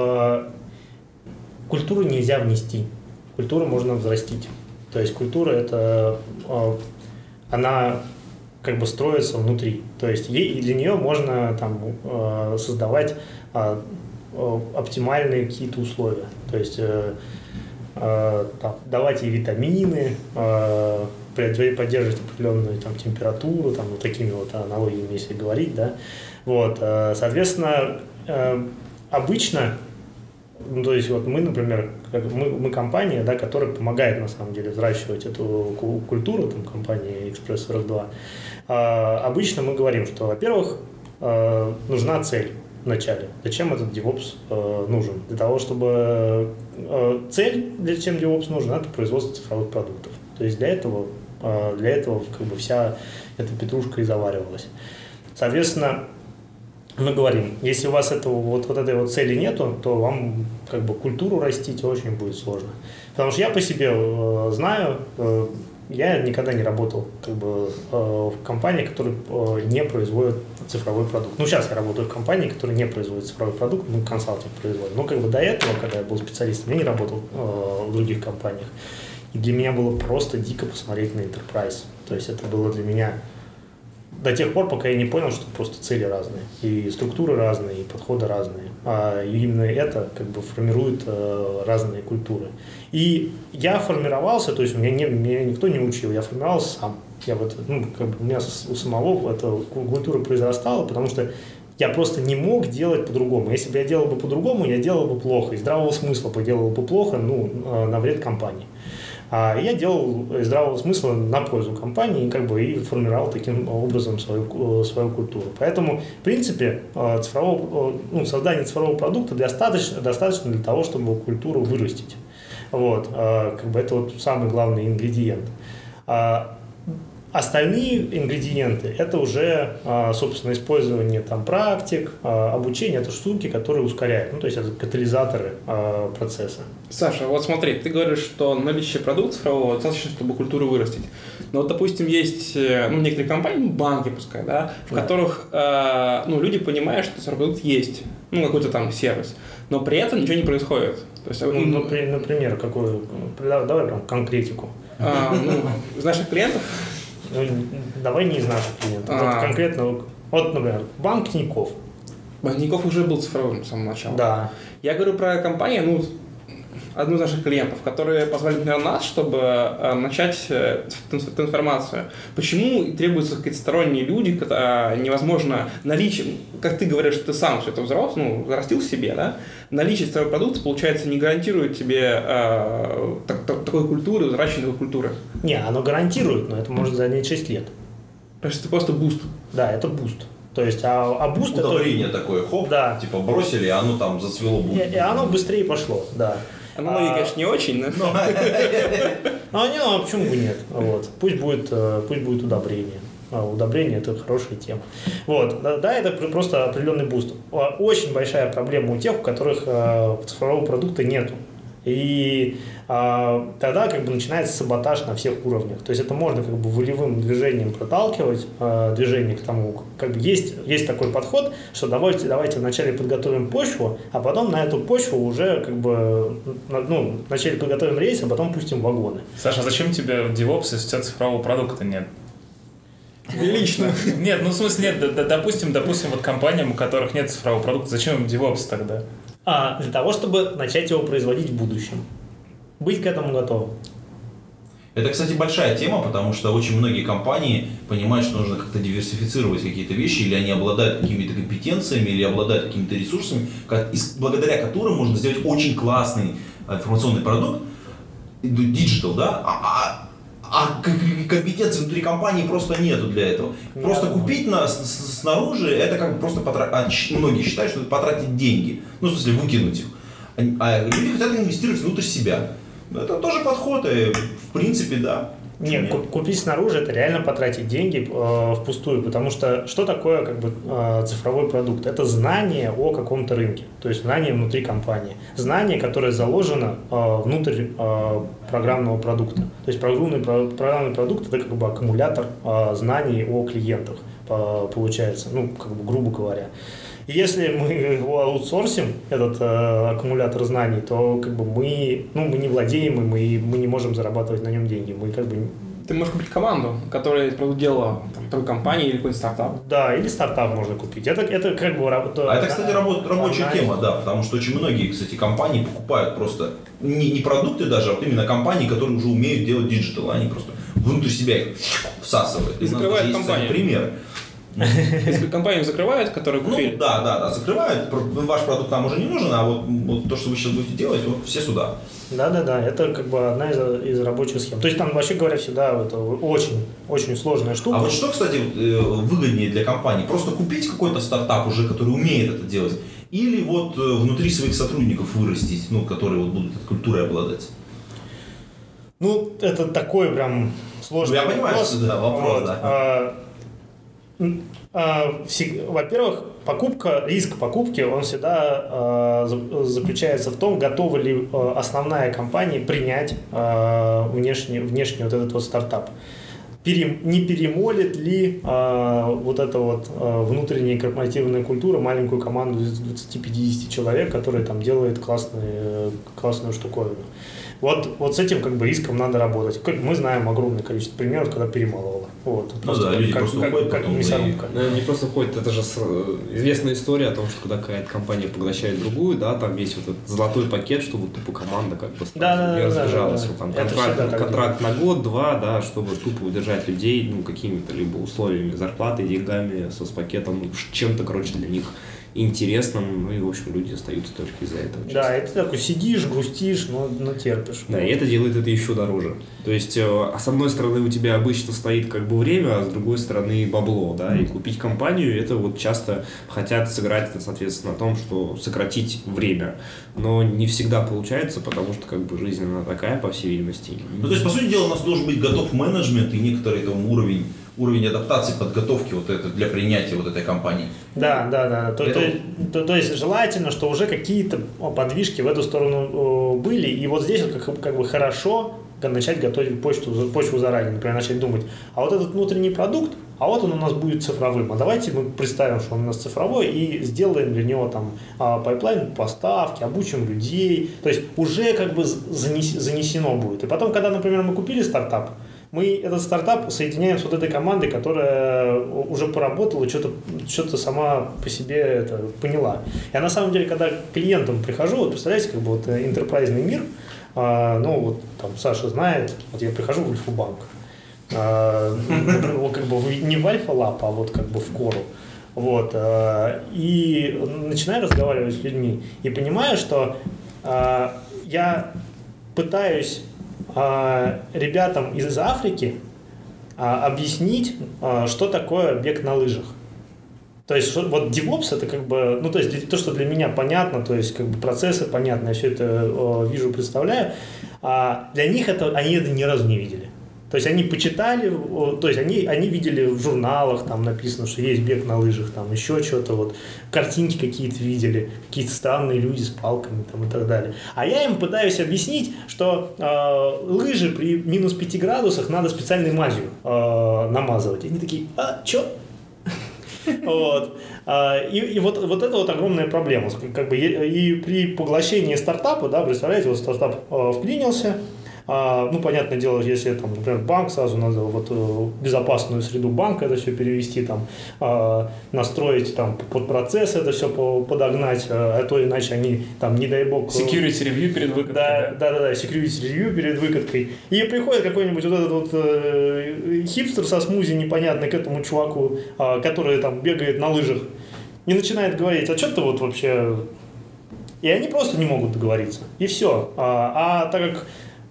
Культуру нельзя внести, культуру можно взрастить. То есть культура она как бы строится внутри. То есть для нее можно там создавать оптимальные какие-то условия. То есть давать ей витамины, поддерживать определенную там температуру, там, вот такими вот аналогиями, если говорить, да. Вот, соответственно, обычно, ну, то есть вот мы, например, мы компания, да, которая помогает на самом деле взращивать эту культуру, там, компания Express42. Обычно мы говорим, что, во-первых, нужна цель в начале. Зачем этот DevOps нужен? Для того, чтобы цель, для чем DevOps нужен, это производство цифровых продуктов. То есть для этого как бы вся эта петрушка и заваривалась. Соответственно, мы говорим, если у вас вот этой вот цели нету, то вам как бы культуру растить очень будет сложно. Потому что я по себе знаю, я никогда не работал как бы, в компании, которые не производят цифровой продукт. Ну, сейчас я работаю в компании, которая не производит цифровой продукт, мы консалтинг производим. Но как бы до этого, когда я был специалистом, я не работал в других компаниях. И для меня было просто дико посмотреть на Enterprise. То есть это было для меня до тех пор, пока я не понял, что просто цели разные, и структуры разные, и подходы разные. И именно это как бы формирует разные культуры. И я формировался, то есть меня никто не учил, я формировался сам. У меня у самого эта культура произрастала, потому что я просто не мог делать по-другому. Если бы я делал бы по-другому, я делал бы плохо. Из здравого смысла поделал бы плохо, на вред компании. Я делал из здравого смысла на пользу компании и формировал таким образом свою культуру. Поэтому, в принципе, создание цифрового продукта достаточно для того, чтобы культуру вырастить. Это самый главный ингредиент. Остальные ингредиенты – это уже, собственно, использование практик, обучение – это штуки, которые ускоряют. То есть это катализаторы процесса. Саша, вот смотри, ты говоришь, что наличие продукта цифрового достаточно, чтобы культуру вырастить. Но вот, допустим, есть некоторые компании, банки пускай, да, в которых люди понимают, что цифровой продукт есть, какой-то там сервис, но при этом ничего не происходит. То есть, например, какую? Давай прям конкретику. Из наших клиентов? Давай не из наших клиентов. Конкретно, например, банк Тинькофф. Банк Тинькофф уже был цифровым с самого начала. Да. Я говорю про компанию, одну из наших клиентов, которые позвали, например, нас, чтобы начать эту информацию. Почему требуются какие-то сторонние люди, когда невозможно наличие, как ты говоришь, что ты сам все это взрастил в себе, да? Наличие цифрового продукта, получается, не гарантирует тебе такой культуры, взращивания такой культуры. Не, оно гарантирует, но это может занять 6 лет. То есть это просто буст. Да, это буст. То есть, буст это... Удобрение такое, да. Бросили, и оно там зацвело. И оно быстрее пошло, да. Аналогия, конечно, не очень, но... Почему бы нет? Пусть будет удобрение. Удобрение – это хорошая тема. Да, это просто определенный буст. Очень большая проблема у тех, у которых цифрового продукта нету. И тогда начинается саботаж на всех уровнях. То есть это можно волевым движением проталкивать движение к тому. Есть такой подход, что давайте вначале подготовим почву, а потом на эту почву уже вначале подготовим рейс, а потом пустим вагоны. Саша, а зачем тебе в DevOps, если у тебя цифрового продукта нет? Лично. Нет, в смысле нет. Допустим, компаниям, у которых нет цифрового продукта, зачем им DevOps тогда? Для того, чтобы начать его производить в будущем. Быть к этому готовым. Это, кстати, большая тема, потому что очень многие компании понимают, что нужно как-то диверсифицировать какие-то вещи, или они обладают какими-то компетенциями, или обладают какими-то ресурсами, благодаря которым можно сделать очень классный информационный продукт, диджитал, да, а компетенций внутри компании просто нету для этого. Просто купить снаружи, это просто многие считают, что это потратить деньги. В смысле, выкинуть их. А люди хотят инвестировать внутрь себя. Это тоже подход, и в принципе, да. Нет, купить снаружи – это реально потратить деньги впустую, потому что что такое цифровой продукт? Это знание о каком-то рынке, то есть знание внутри компании. Знание, которое заложено внутрь программного продукта. То есть программный продукт – это аккумулятор знаний о клиентах, получается, грубо говоря. И если мы его аутсорсим, этот аккумулятор знаний, то мы не владеем им, и мы не можем зарабатывать на нем деньги. Ты можешь купить команду, которая продукт делала второй компании или какой-нибудь стартап. Да, или стартап можно купить. Это это, кстати, рабочая тема, да, потому что очень многие, кстати, компании покупают просто не продукты даже, а вот именно компании, которые уже умеют делать диджитал. Они просто внутрь себя их всасывают. И закрывают компанию. Примеры. Если компанию закрывают, которую купили. Да, закрывают. Ваш продукт нам уже не нужен, а вот то, что вы сейчас будете делать, все сюда. Да, это одна из рабочих схем. То есть там, вообще говоря, всегда это очень, очень сложная штука. А вот что, кстати, выгоднее для компании? Просто купить какой-то стартап уже, который умеет это делать, или внутри своих сотрудников вырастить, которые будут этой культурой обладать? Это такой прям сложный вопрос. Я понимаю, что да, вопрос, да. Во-первых, риск покупки, он всегда заключается в том, готова ли основная компания принять внешний вот этот вот стартап. Не перемолит ли вот эта вот внутренняя корпоративная культура маленькую команду из 20-50 человек, которая там делает классную штуковину. Вот с этим как бы риском надо работать. Мы знаем огромное количество примеров, когда перемалывало. Вот. Люди просто уходят, как мясорубка. Не просто ходят, это же известная история о том, что когда какая-то компания поглощает другую, да, там есть вот этот золотой пакет, чтобы тупо команда как бы не разбежалась. Там контракт на год-два, да, чтобы тупо удержать людей, какими-то либо условиями, зарплатой, деньгами, соцпакетом, чем-то, короче, для них интересным, и, в общем, люди остаются только из-за этого. Да, и ты такой сидишь, грустишь, но терпишь. Да, и это делает это еще дороже. То есть, с одной стороны, у тебя обычно стоит как бы время, а с другой стороны бабло, да, и купить компанию, это вот часто хотят сыграть, соответственно, на том, что сократить время. Но не всегда получается, потому что как бы жизнь, она такая, по всей видимости. То есть, по сути дела, у нас должен быть готов менеджмент и некоторый там уровень адаптации, подготовки вот это для принятия вот этой компании. Да. То есть желательно, что уже какие-то подвижки в эту сторону были, и вот здесь вот как бы хорошо начать готовить почву заранее, например, начать думать, а вот этот внутренний продукт, а вот он у нас будет цифровым, а давайте мы представим, что он у нас цифровой, и сделаем для него там пайплайн поставки, обучим людей, то есть уже как бы занесено будет. И потом, когда, например, мы купили стартап, мы этот стартап соединяем с вот этой командой, которая уже поработала, что-то сама по себе это поняла. Я на самом деле, когда к клиентам прихожу, вот представляете, как бы вот энтерпрайзный мир, вот там Саша знает, вот я прихожу в Альфа-банк, как бы не в Альфа-лаб, а вот как бы в Кору. Вот, и начинаю разговаривать с людьми и понимаю, что я пытаюсь ребятам из Африки объяснить, что такое бег на лыжах. То есть вот DevOps это как бы, то есть то, что для меня понятно, то есть как бы процессы понятны, я все это вижу, представляю, а для них они это ни разу не видели. То есть они почитали, то есть они видели в журналах, там написано, что есть бег на лыжах, там еще что-то, вот картинки какие-то видели, какие-то странные люди с палками там, и так далее. А я им пытаюсь объяснить, что лыжи при минус 5 градусах надо специальной мазью намазывать. И они такие, чё? Вот. И вот это вот огромная проблема. Как бы, и при поглощении стартапа, да, представляете, вот стартап вклинился. Понятное дело, если там, например, банк, сразу надо вот безопасную среду банка это все перевести, там, настроить там под процесс это все подогнать, а то иначе они там, не дай бог... Security review перед выкаткой. Да, security review перед выкаткой. И приходит какой-нибудь вот этот вот хипстер со смузи непонятный к этому чуваку, который там бегает на лыжах, и начинает говорить, а что ты вот вообще... И они просто не могут договориться. И все. Так как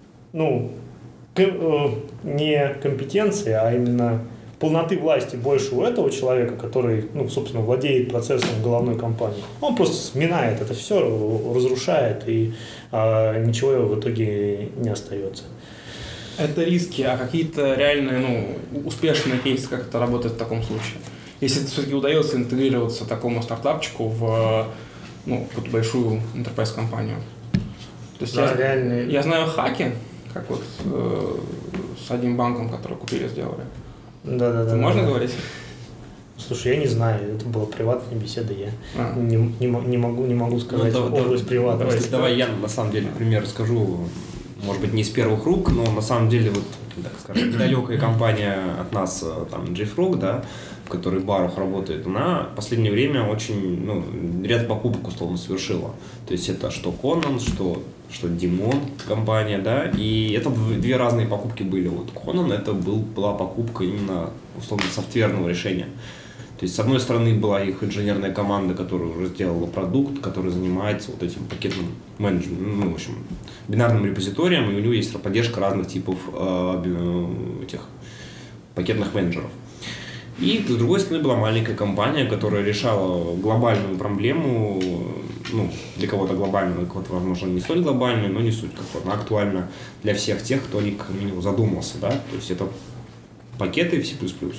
не компетенции, а именно полноты власти больше у этого человека, который, собственно, владеет процессом головной компании. Он просто сминает это все, разрушает, и ничего в итоге не остается. Это риски, а какие-то реальные, успешные кейсы, как это работает в таком случае? Если все-таки удается интегрироваться такому стартапчику в какую-то большую enterprise-компанию. То есть я знаю хаки, как вот с одним банком, который купили, сделали. Да. Можно говорить? Слушай, я не знаю, это была приватная беседа, я не могу сказать область приватности. Давай я на самом деле пример расскажу, может быть, не из первых рук, но на самом деле, вот, так скажем, далекая компания от нас, там, JFrog, да, в которой Барух работает, она в последнее время очень, ряд покупок условно совершила. То есть это что Conan, что Димон компания, да, и это две разные покупки были. Вот Conan это была покупка именно условно софтверного решения. То есть, с одной стороны, была их инженерная команда, которая уже сделала продукт, который занимается вот этим пакетным менеджментом, в общем, бинарным репозиторием, и у него есть поддержка разных типов этих пакетных менеджеров. И, с другой стороны, была маленькая компания, которая решала глобальную проблему, для кого-то глобальную, для кого-то, возможно, не столь глобальную, но не суть, она актуальна для всех тех, кто о них как минимум задумался, да, то есть это пакеты в C++.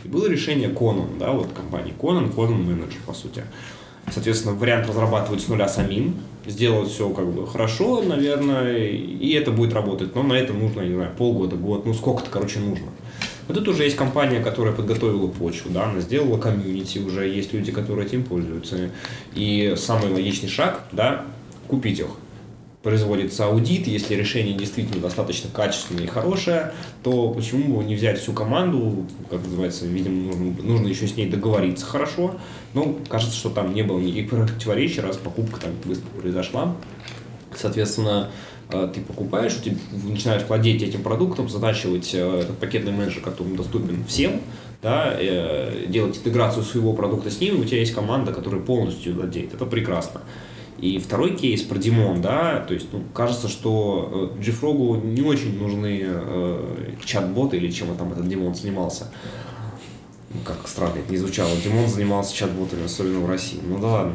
И было решение Conan, да, вот компании Conan Manager, по сути. Соответственно, вариант разрабатывать с нуля самим, сделать все как бы хорошо, наверное, и это будет работать. Но на это нужно, не знаю, полгода, год, ну сколько-то, короче, нужно. Но тут уже есть компания, которая подготовила почву, да, она сделала комьюнити, уже есть люди, которые этим пользуются. И самый логичный шаг, да, купить их. Производится аудит, если решение действительно достаточно качественное и хорошее, то почему бы не взять всю команду, как называется, видимо, нужно еще с ней договориться хорошо. Но кажется, что там не было никаких противоречий, раз покупка там быстро произошла. Соответственно, ты покупаешь, ты начинаешь владеть этим продуктом, затачивать этот пакетный менеджер, который доступен всем, да, делать интеграцию своего продукта с ним, и у тебя есть команда, которая полностью владеет. Это прекрасно. И второй кейс про Димон, да, то есть, кажется, что JFrog'у не очень нужны чат-боты, или чем там этот Димон занимался. Как странно это не звучало. Димон занимался чат-ботами, особенно в России. Ну да ладно.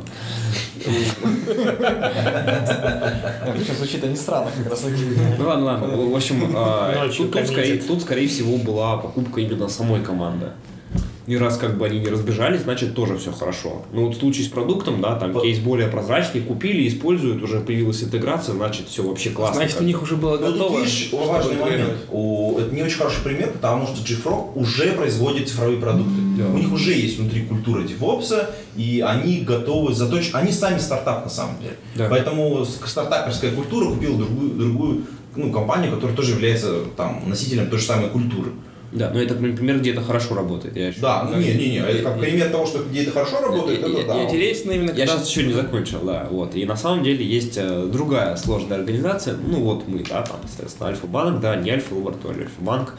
Причем звучит не странно, как раз. Ну ладно. В общем, тут, скорее всего, была покупка именно самой команды. И раз как бы они не разбежались, значит тоже все хорошо. Но вот в случае с продуктом, да, там кейс более прозрачный, купили, используют, уже появилась интеграция, значит все вообще классно. Значит, у них уже было готово. Тут видишь, важный момент. Это не очень хороший пример, потому что JFrog уже производит цифровые продукты. Да. У них уже есть внутри культура DevOps, и они готовы заточить. Они сами стартап на самом деле. Да. Поэтому стартаперская культура купила другую компанию, которая тоже является там, носителем той же самой культуры. Да, но это пример, где это хорошо работает. Да, это как пример того, что где это хорошо работает, это да. Интересно именно, я сейчас еще не закончил, да, вот. И на самом деле есть другая сложная организация, мы, да, там, соответственно, Альфа-банк, да, не Альфа-лаборатория, Альфа-банк.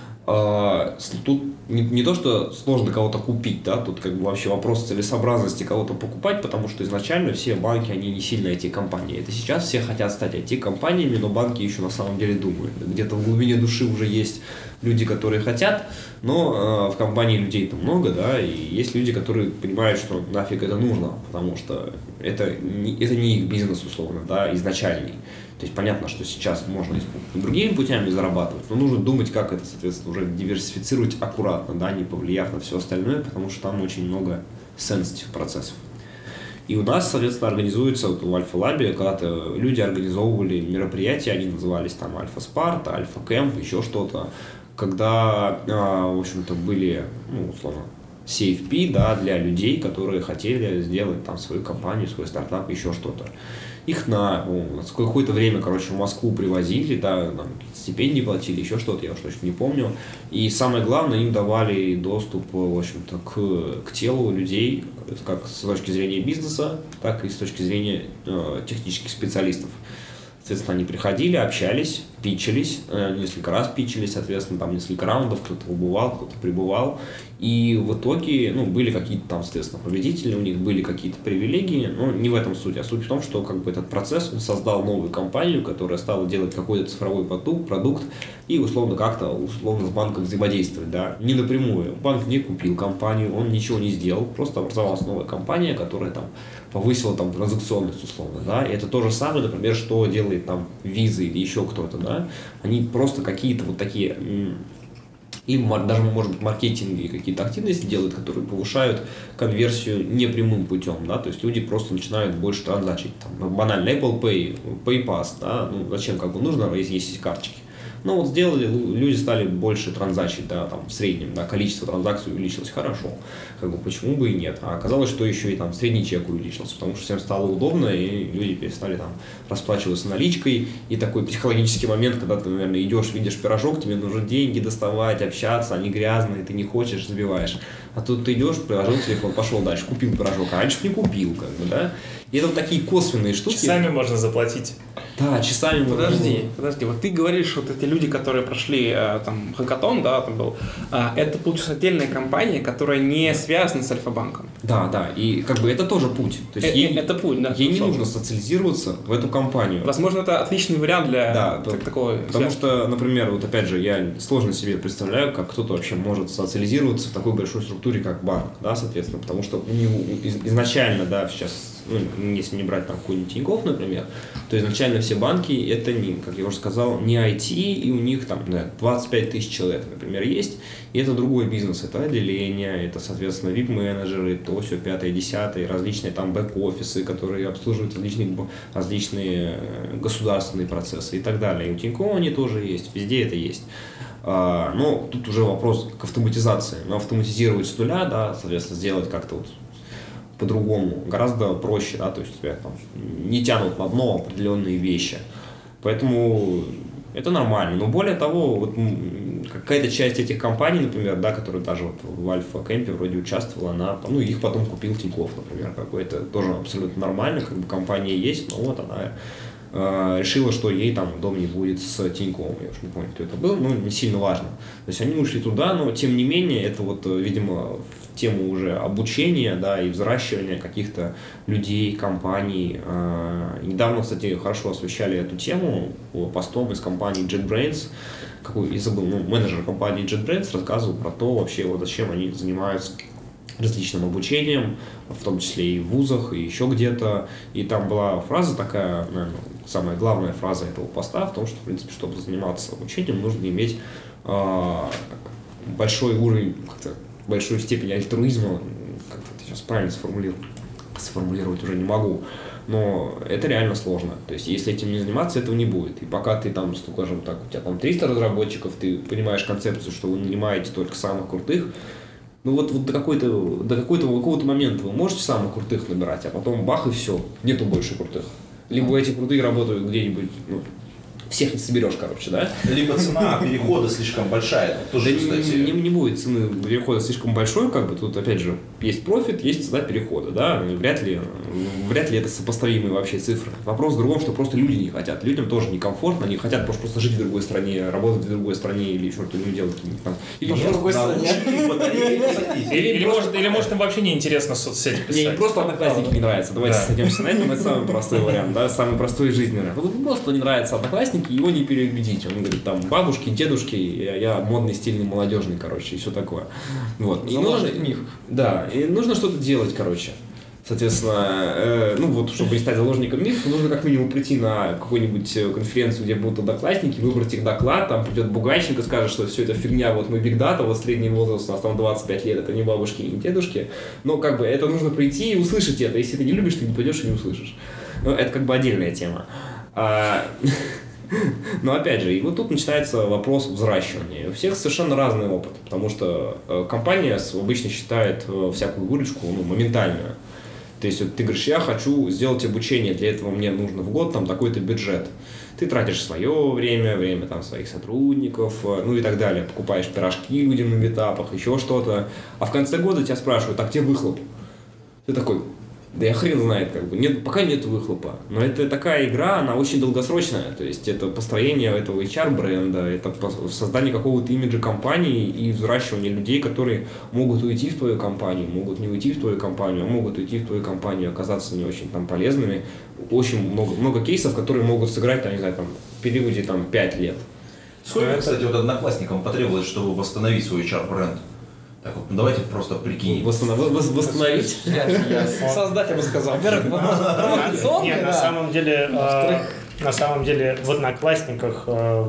Тут не то, что сложно кого-то купить, да, тут как бы вообще вопрос целесообразности кого-то покупать, потому что изначально все банки, они не сильно IT-компании. Это сейчас все хотят стать IT-компаниями, но банки еще на самом деле думают. Где-то в глубине души уже есть люди, которые хотят, но в компании людей-то много, да, и есть люди, которые понимают, что нафиг это нужно, потому что это не их бизнес, условно, да, изначальный. То есть понятно, что сейчас можно другими путями зарабатывать, но нужно думать, как это, соответственно, уже диверсифицировать аккуратно, да, не повлияв на все остальное, потому что там очень много sensitive процессов. И у нас, соответственно, организуется в Альфа-лабе, когда-то люди организовывали мероприятия, они назывались там Альфа-спарт, Альфа-кэмп, еще что-то, когда, в общем-то, были, условно, CFP, да, для людей, которые хотели сделать там свою компанию, свой стартап, еще что-то. Их на какое-то время, в Москву привозили, да, там стипендии платили, еще что-то, я уж точно не помню. И самое главное, им давали доступ, в общем-то, к телу людей, как с точки зрения бизнеса, так и с точки зрения технических специалистов. Соответственно, они приходили, общались, питчились, несколько раз питчились, соответственно, там несколько раундов, кто-то убывал, кто-то прибывал. И в итоге, были какие-то там, соответственно, победители, у них были какие-то привилегии, но не в этом суть. А суть в том, что как бы этот процесс, он создал новую компанию, которая стала делать какой-то цифровой продукт и условно с банком взаимодействовать, да, не напрямую. Банк не купил компанию, он ничего не сделал, просто образовалась новая компания, которая там повысила там транзакционность, условно, да, и это то же самое, например, что делает там Visa или еще кто-то, да, они просто какие-то вот такие, либо даже, может быть, маркетинги какие-то активности делают, которые повышают конверсию непрямым путем, да, то есть люди просто начинают больше транзачить, там, банально Apple Pay, PayPass, да, зачем, как бы нужно, если есть карточки. Ну вот сделали, люди стали больше транзачить, да, там в среднем, да, количество транзакций увеличилось, хорошо, как бы почему бы и нет. А оказалось, что еще и там средний чек увеличился, потому что всем стало удобно, и люди перестали там расплачиваться наличкой. И такой психологический момент, когда ты, наверное, идешь, видишь пирожок, тебе нужно деньги доставать, общаться, они грязные, ты не хочешь, забиваешь. А тут ты идешь, приложил телефон, пошел дальше, купил пирожок, а раньше не купил, как бы, да. И это вот такие косвенные штуки. Часами можно заплатить. Да, часами. Подожди, вот ты говоришь, вот эти люди, которые прошли там хакатон, да, там был, это, получается, отдельная компания, которая не связана с Альфа-банком. Да, и как бы это тоже путь. То есть это путь, да. Ей не нужно социализироваться в эту компанию. Возможно, это отличный вариант для такого. Потому что, например, вот опять же, я сложно себе представляю, как кто-то вообще может социализироваться в такой большой структуре, как банк, да, соответственно, потому что у него изначально, да, сейчас ну, если не брать там какой-нибудь Тинькофф, например, то изначально все банки это не, как я уже сказал, не IT, и у них там 25 тысяч человек, например, есть, и это другой бизнес, это отделение, это, соответственно, VIP-менеджеры, то, все, 5-10, различные там бэк-офисы, которые обслуживают различные государственные процессы и так далее. И у Тинькофф они тоже есть, везде это есть. Но тут уже вопрос к автоматизации. Но автоматизировать с нуля, да, соответственно, сделать как-то вот по-другому гораздо проще, да, то есть тебя там не тянут на дно определенные вещи. Поэтому это нормально. Но более того, вот какая-то часть этих компаний, например, да, которые даже вот в Альфа-Кэмпе вроде участвовала, она, ну, их потом купил Тинькофф, например, какой-то тоже абсолютно нормально, как бы компания есть, но вот она решила, что ей там удобнее будет с Тиньковым. Я уж не помню, кто это был, но не сильно важно. То есть они ушли туда, но тем не менее, это вот, видимо, в тему уже обучения, да, и взращивания каких-то людей, компаний. Недавно, кстати, хорошо освещали эту тему постом из компании JetBrains. Я забыл, менеджер компании JetBrains рассказывал про то, вообще, вот зачем они занимаются различным обучением, в том числе и в вузах, и еще где-то. И там была фраза такая, наверное, самая главная фраза этого поста в том, что, в принципе, чтобы заниматься обучением, нужно иметь большой уровень, большую степень альтруизма, как-то это сейчас правильно сформулировать уже не могу, но это реально сложно. То есть, если этим не заниматься, этого не будет. И пока ты там, скажем так, у тебя там 300 разработчиков, ты понимаешь концепцию, что вы нанимаете только самых крутых, ну вот до какого-то момента вы можете самых крутых набирать, а потом бах и все, нету больше крутых. Либо эти крутые работают где-нибудь, ну, всех не соберешь, короче, да? Либо цена перехода слишком большая. Тоже, да, кстати... не будет цены перехода слишком большой, как бы тут опять же есть профит, есть цена перехода, да, вряд ли это сопоставимые вообще цифры. Вопрос в другом, что просто люди не хотят, людям тоже некомфортно, они хотят просто жить в другой стране, работать в другой стране или что-то делать там. Или в другой стране. Или может им вообще не интересно соцсети писать. Не просто Одноклассники не нравятся, давайте сойдемся на этом, это самый простой вариант, да, самый простой жизненный вариант. Вот просто не нравится Одноклассники, его не переубедить. Он говорит, там, бабушки, дедушки, я модный, стильный, молодежный, короче, и все такое. Вот. И нужно, да, и нужно что-то делать, короче. Соответственно, ну вот, чтобы не стать заложником мифа, нужно как минимум прийти на какую-нибудь конференцию, где будут одноклассники, выбрать их доклад, там придет Бугайченко, скажет, что все это фигня, вот мы Big Data, вот средний возраст у нас там 25 лет, это не бабушки и не дедушки. Но как бы это нужно прийти и услышать это. Если ты не любишь, ты не пойдешь и не услышишь. Но это как бы отдельная тема. Но опять же, и вот тут начинается вопрос взращивания. У всех совершенно разный опыт, потому что компания обычно считает всякую выручку моментальную. То есть вот ты говоришь, я хочу сделать обучение, для этого мне нужно в год там такой-то бюджет. Ты тратишь свое время там своих сотрудников, ну и так далее. Покупаешь пирожки людям на митапах, еще что-то. А в конце года тебя спрашивают, а где выхлоп? Ты такой, да я хрен знает, как бы, нет, пока нет выхлопа. Но это такая игра, она очень долгосрочная. То есть это построение этого HR-бренда, это создание какого-то имиджа компании и взращивание людей, которые могут уйти в твою компанию, могут не уйти в твою компанию, а могут уйти в твою компанию, оказаться не очень там полезными. Очень много кейсов, которые могут сыграть, там, не знаю, там, в периоде там, 5 лет. Сколько, кстати, вот Одноклассникам потребовалось, чтобы восстановить свой HR-бренд? Так вот, ну давайте просто прикинем. Восстановить? Создать, я бы сказал. Во-первых, провокационный, нет, на самом деле в Одноклассниках в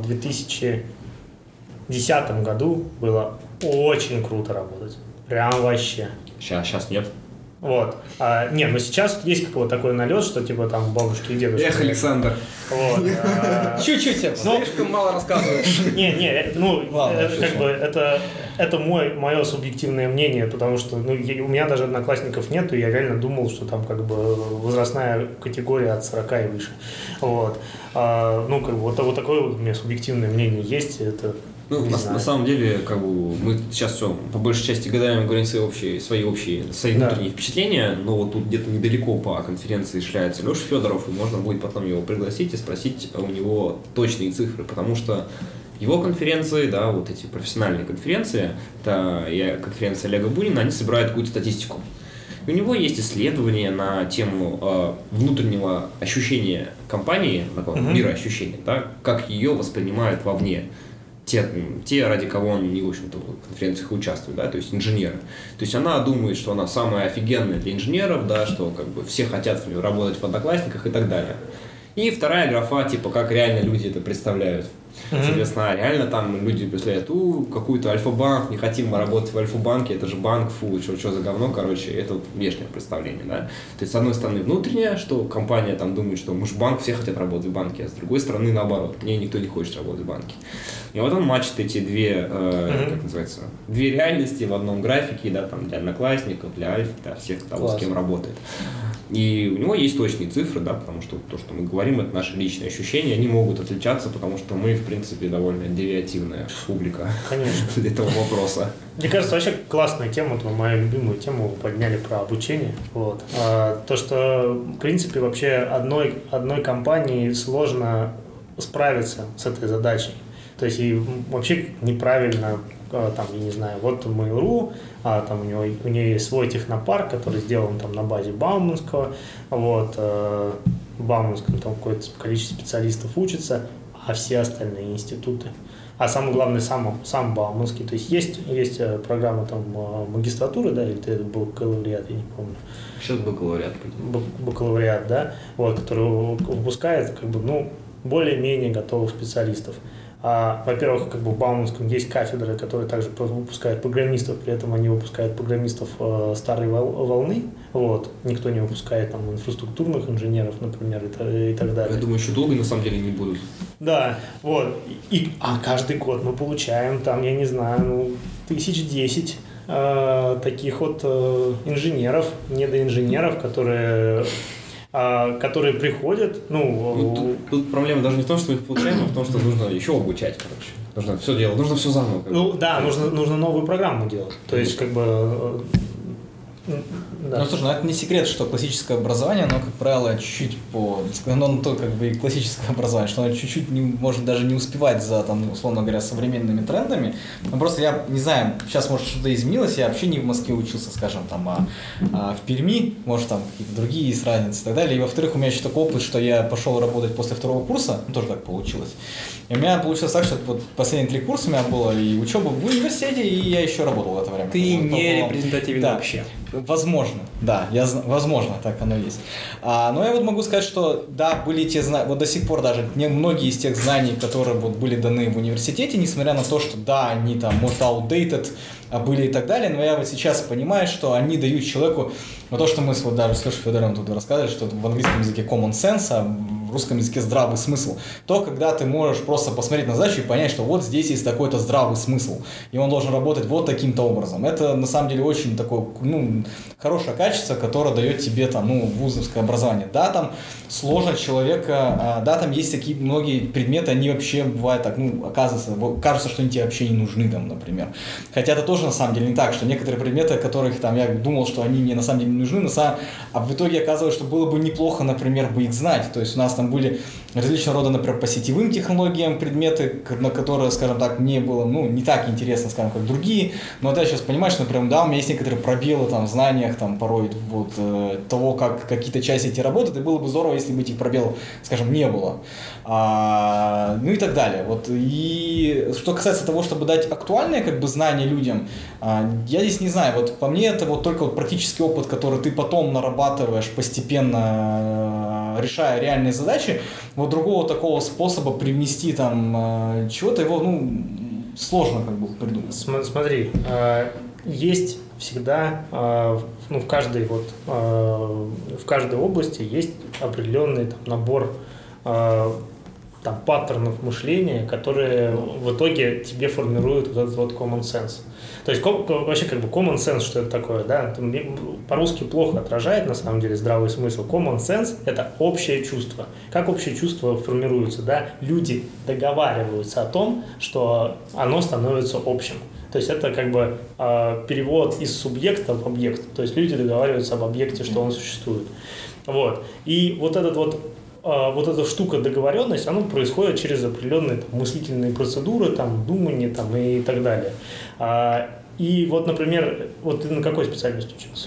2010 году было очень круто работать. Прям вообще. Сейчас нет. Вот. Не, но сейчас есть какой-то такой налет, что типа там бабушки и дедушки. Эх, Александр. Вот. Чуть-чуть, слишком мало рассказываешь. Не, ну, как бы это мое субъективное мнение, потому что у меня даже одноклассников нету, и я реально думал, что там как бы возрастная категория от 40 и выше. Вот. Ну, как бы вот такое вот у меня субъективное мнение есть, это... Ну, на самом деле, как бы, мы сейчас все, по большей части гадаем, говорим свои внутренние впечатления, но вот тут где-то недалеко по конференции шляется Леша Федоров, и можно будет потом его пригласить и спросить у него точные цифры, потому что его конференции, да, вот эти профессиональные конференции, это конференция Олега Бунина, они собирают какую-то статистику. И у него есть исследования на тему внутреннего ощущения компании, такого мироощущения, да, как ее воспринимают вовне. те, ради кого они, в общем-то, в конференциях участвуют, да, то есть инженеры. То есть она думает, что она самая офигенная для инженеров, да, что как бы все хотят работать в Одноклассниках и так далее. И вторая графа, типа, как реально люди это представляют. Соответственно, реально там люди представляют, какую-то Альфа-банк, не хотим мы работать в Альфа-банке, это же банк, фу, что за говно, короче, это вот внешнее представление, да. То есть, с одной стороны, внутреннее, что компания там думает, что мы же банк, все хотят работать в банке, а с другой стороны, наоборот, никто не хочет работать в банке. И вот он матчит эти две реальности в одном графике, да, там, для Одноклассников, для Альфа, для всех того, с кем работает. И у него есть точные цифры, да, потому что то, что мы говорим, это наши личные ощущения, они могут отличаться, потому что мы, в принципе, довольно деривативная публика. Конечно. Для этого вопроса. Мне кажется, вообще классная тема, вот мою любимую тему подняли про обучение. Вот. То, что, в принципе, вообще одной компании сложно справиться с этой задачей. То есть и вообще неправильно, там, я не знаю, вот Mail.ru, там у нее есть свой технопарк, который сделан там на базе Бауманского, вот, Бауманском там какое-то количество специалистов учится, а все остальные институты. А самое главное, сам Бауманский. То есть есть программа там магистратуры, да, или это был бакалавриат, я не помню. Сейчас бакалавриат. Бакалавриат, да, вот, который выпускает, как бы, ну, более-менее готовых специалистов. Во-первых, как бы в Бауманском есть кафедры, которые также выпускают программистов, при этом они выпускают программистов старой волны, вот, никто не выпускает там инфраструктурных инженеров, например, и так далее. Я думаю, еще долго на самом деле не будут. Да, вот, а каждый год мы получаем там, я не знаю, 1010 таких вот инженеров, недоинженеров, которые приходят, Тут проблема даже не в том, что мы их получаем, а в том, что нужно еще обучать, короче. Нужно все делать, нужно все заново. Да, нужно новую программу делать. То есть, как бы... Да. Ну, слушай, это не секрет, что классическое образование, оно, как правило, чуть-чуть оно то, как бы, и классическое образование, что оно чуть-чуть может даже не успевать за, там, условно говоря, современными трендами. Но просто я не знаю, сейчас, может, что-то изменилось, я вообще не в Москве учился, скажем, там, а в Перми, может, там, какие-то другие есть разницы и так далее. И, во-вторых, у меня еще такой опыт, что я пошел работать после второго курса, тоже так получилось. И у меня получилось так, что вот последние 3 курса у меня было и учеба в университете, и я еще работал в это время. Ты не репрезентативен вообще. Возможно, да, возможно, так оно есть. Но я вот могу сказать, что да, были те знания, вот до сих пор даже многие из тех знаний, которые вот были даны в университете, несмотря на то, что да, они там, может, outdated были и так далее, но я вот сейчас понимаю, что они дают человеку, вот то, что мы вот даже с Лешей Федоровым тут рассказывали, что в английском языке common sense, а в русском языке здравый смысл, то, когда ты можешь просто посмотреть на задачу и понять, что вот здесь есть такой-то здравый смысл, и он должен работать вот таким-то образом. Это, на самом деле, очень такое, хорошее качество, которое дает тебе, там, вузовское образование. Да, там сложно человека, да, там есть такие многие предметы, они вообще бывают так, кажется, что они тебе вообще не нужны, там, например. Хотя это тоже, на самом деле, не так, что некоторые предметы, о которых там я думал, что они мне на самом деле не нужны, а в итоге оказывается, что было бы неплохо, например, бы их знать. То есть у нас там были различного рода, например, по сетевым технологиям предметы, на которые, скажем так, мне было, не так интересно, скажем, как другие, но вот я сейчас понимаю, что, например, да, у меня есть некоторые пробелы там в знаниях, там, порой вот того, как какие-то части эти работают, и было бы здорово, если бы этих пробелов, скажем, не было. И так далее. Вот. И что касается того, чтобы дать актуальные, как бы, знания людям, я здесь не знаю, вот по мне это вот только вот практический опыт, который ты потом нарабатываешь постепенно, решая реальные задачи. Вот другого такого способа привнести там чего-то, его, сложно как бы придумать. Смотри, есть всегда, в каждой области есть определенный там набор там паттернов мышления, которые в итоге тебе формируют вот этот вот common sense. То есть вообще как бы common sense, что это такое, да? По-русски плохо отражает на самом деле здравый смысл. Common sense – это общее чувство. Как общее чувство формируется, да? Люди договариваются о том, что оно становится общим. То есть это как бы перевод из субъекта в объект. То есть люди договариваются об объекте, что он существует. Вот. И вот эта штука договоренность, она происходит через определенные там мыслительные процедуры, там, думание там, и так далее. И вот, например, вот ты на какой специальности учился?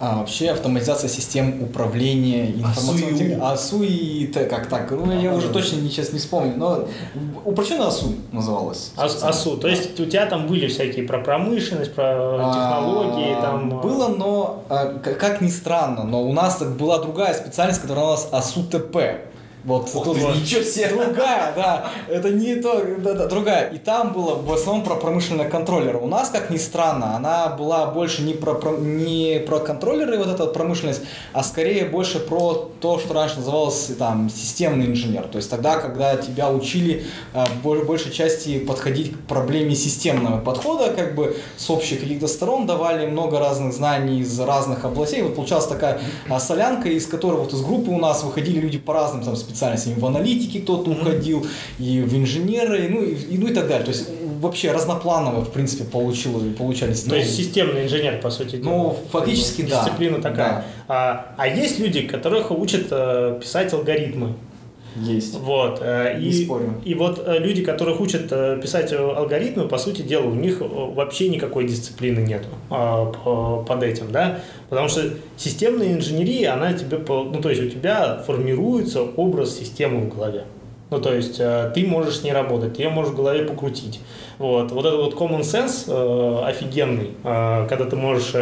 Вообще автоматизация систем управления информационной АСУ и как так, я уже точно сейчас не вспомню, но упрощенно АСУ называлось. АСУ, то есть у тебя там были всякие про промышленность, про технологии там. Было, но как ни странно, но у нас была другая специальность, которая называлась АСУ-ТП. Вот, ничего себе. Другая, да, это не то, да, другая. И там было в основном про промышленные контроллеры. У нас, как ни странно, она была больше не про контроллеры, вот эта вот промышленность, а скорее больше про то, что раньше называлось там системный инженер. То есть тогда, когда тебя учили большей части подходить к проблеме системного подхода, как бы с общих каких-то сторон, давали много разных знаний из разных областей. Вот получалась такая солянка, из которой вот из группы у нас выходили люди по разным там специальностям, в аналитике кто-то уходил, и в инженеры, ну и так далее. То есть вообще разнопланово, в принципе, получались. То есть системный инженер, по сути дела. Ну, фактически, да. Дисциплина такая. Да. А есть люди, которых учат писать алгоритмы. Есть. Вот. Не спорю. И вот люди, которых учат писать алгоритмы, по сути дела, у них вообще никакой дисциплины нету под этим, да? Потому что системная инженерия, она тебе, то есть у тебя формируется образ системы в голове. Ну, то есть ты можешь с ней работать, ты ее можешь в голове покрутить. Вот это вот common sense офигенный, когда ты можешь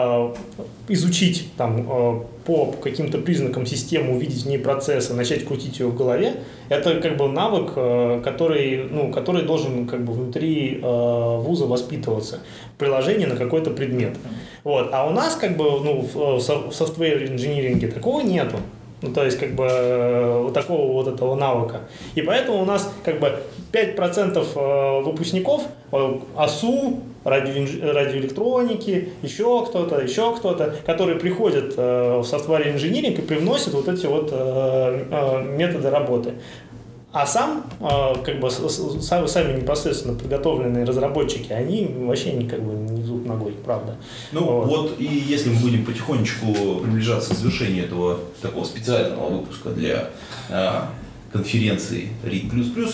изучить там по каким-то признакам системы, увидеть в ней процессы, начать крутить ее в голове. Это как бы навык, который должен как бы внутри вуза воспитываться. Приложение на какой-то предмет. Вот. А у нас как бы в софтвер-инжиниринге такого нету. Ну, то есть, как бы, вот такого вот этого навыка. И поэтому у нас, как бы, 5% выпускников АСУ, радиоэлектроники, еще кто-то, которые приходят в софтвер инжиниринг и привносят вот эти вот методы работы. А как бы, сами непосредственно подготовленные разработчики, они вообще не зуб ногой, правда. Вот и если мы будем потихонечку приближаться к завершению этого такого специального выпуска для конференции RIT++,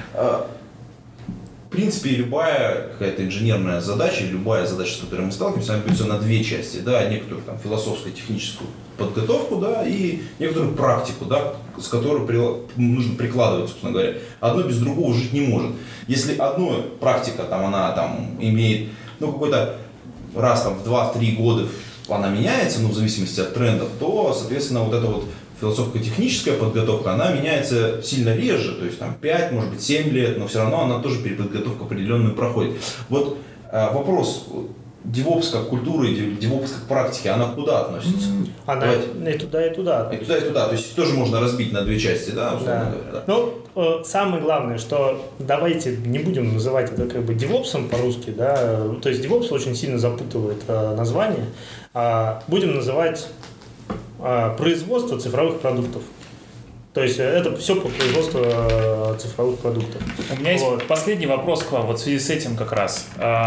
в принципе, любая какая-то инженерная задача, любая задача, с которой мы сталкиваемся, она делится на две части, да, некоторую там философско-техническую подготовку, да, и некоторую практику, да, с которой нужно прикладывать, собственно говоря. Одно без другого жить не может. Если одна практика, она имеет, какой-то раз в 2-3 года она меняется, в зависимости от трендов, то, соответственно, вот эта вот философско-техническая подготовка, она меняется сильно реже, то есть 5, может быть 7 лет, но все равно она тоже переподготовку определенную проходит. Вот вопрос, DevOps как культура и DevOps как практики, она куда относится? Она и туда, и туда. И туда, и туда, то есть тоже можно разбить на две части, да, условно говоря. Да. Самое главное, что давайте не будем называть это как бы DevOps по-русски, да, то есть DevOps очень сильно запутывает название, будем называть производство цифровых продуктов. То есть это все по производству цифровых продуктов. У меня есть последний вопрос к вам, вот в связи с этим как раз.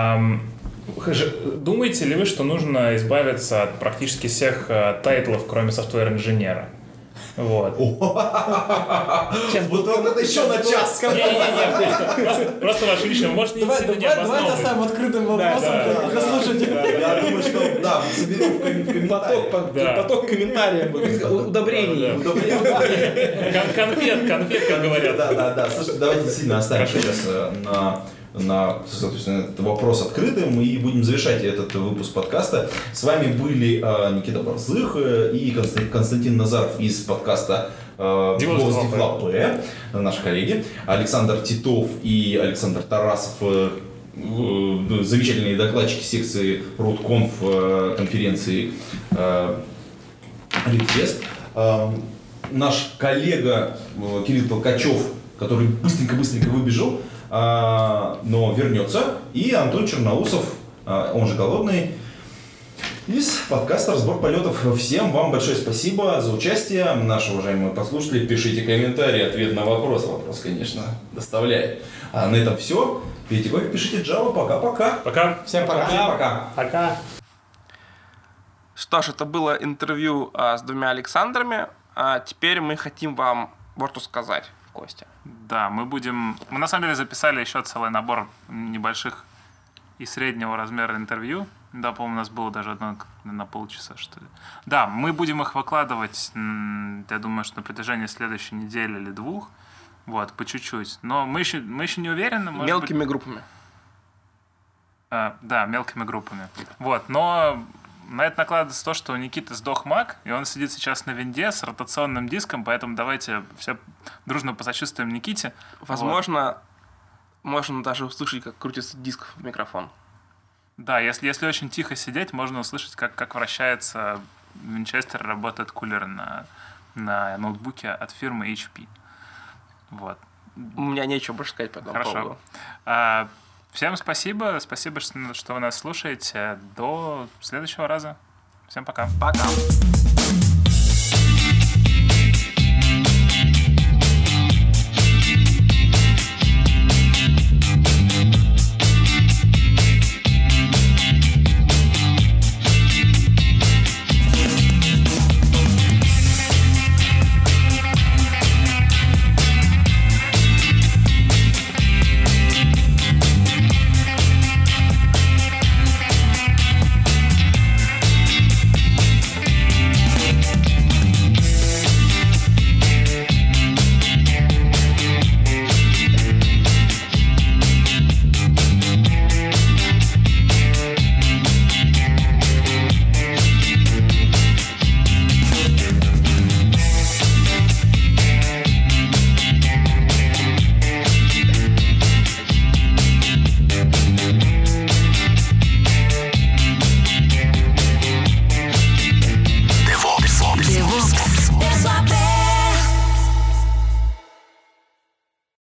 Думаете ли вы, что нужно избавиться от практически всех тайтлов, кроме софтвер-инженера? Вот. Сейчас вот это еще на час. Просто ваше личное, может, не сильно не обосновывать. Давай оставим открытым вопросом для слушателей. Я думаю, что да, мы соберем в комментариях. Поток комментариев, удобрений. Конфет, как говорят. Да. Слушай, давайте действительно оставим сейчас соответственно, этот вопрос открытым и будем завершать этот выпуск подкаста. С вами были Никита Борзых и Константин Назаров из подкаста DevOps, наши коллеги, Александр Титов и Александр Тарасов, замечательные докладчики секции RootConf конференции RIT-Fest. Наш коллега Кирилл Толкачев, который быстренько выбежал, но вернется, и Антон Черноусов, он же Голодный, из подкаста «Разбор полетов». Всем вам большое спасибо за участие, наши уважаемые послушатели. Пишите комментарии, ответ на вопрос. Вопрос, конечно, доставляет. А на этом все. Пейте кофе, пишите Java. Пока-пока. Пока. Всем пока. Всем пока. Пока. Что ж, это было интервью с двумя Александрами. Теперь мы хотим вам вот что сказать, Костя. Да, мы на самом деле записали еще целый набор небольших и среднего размера интервью Да, по-моему, у нас было даже одно на полчаса, что ли. Да, мы будем их выкладывать, я думаю, что на протяжении следующей недели или 2, вот, по чуть-чуть. Но мы еще не уверены. Мелкими группами. Да, мелкими группами. Вот, но на это накладывается то, что у Никиты сдох Mac, и он сидит сейчас на винде с ротационным диском, поэтому давайте все дружно посочувствуем Никите. Возможно, можно даже услышать, как крутится диск в микрофон. Да, если очень тихо сидеть, можно услышать, как вращается Винчестер, работает кулер на ноутбуке от фирмы HP. Вот. У меня нечего больше сказать по этому поводу. Всем спасибо, что вы нас слушаете. До следующего раза. Всем пока. Пока.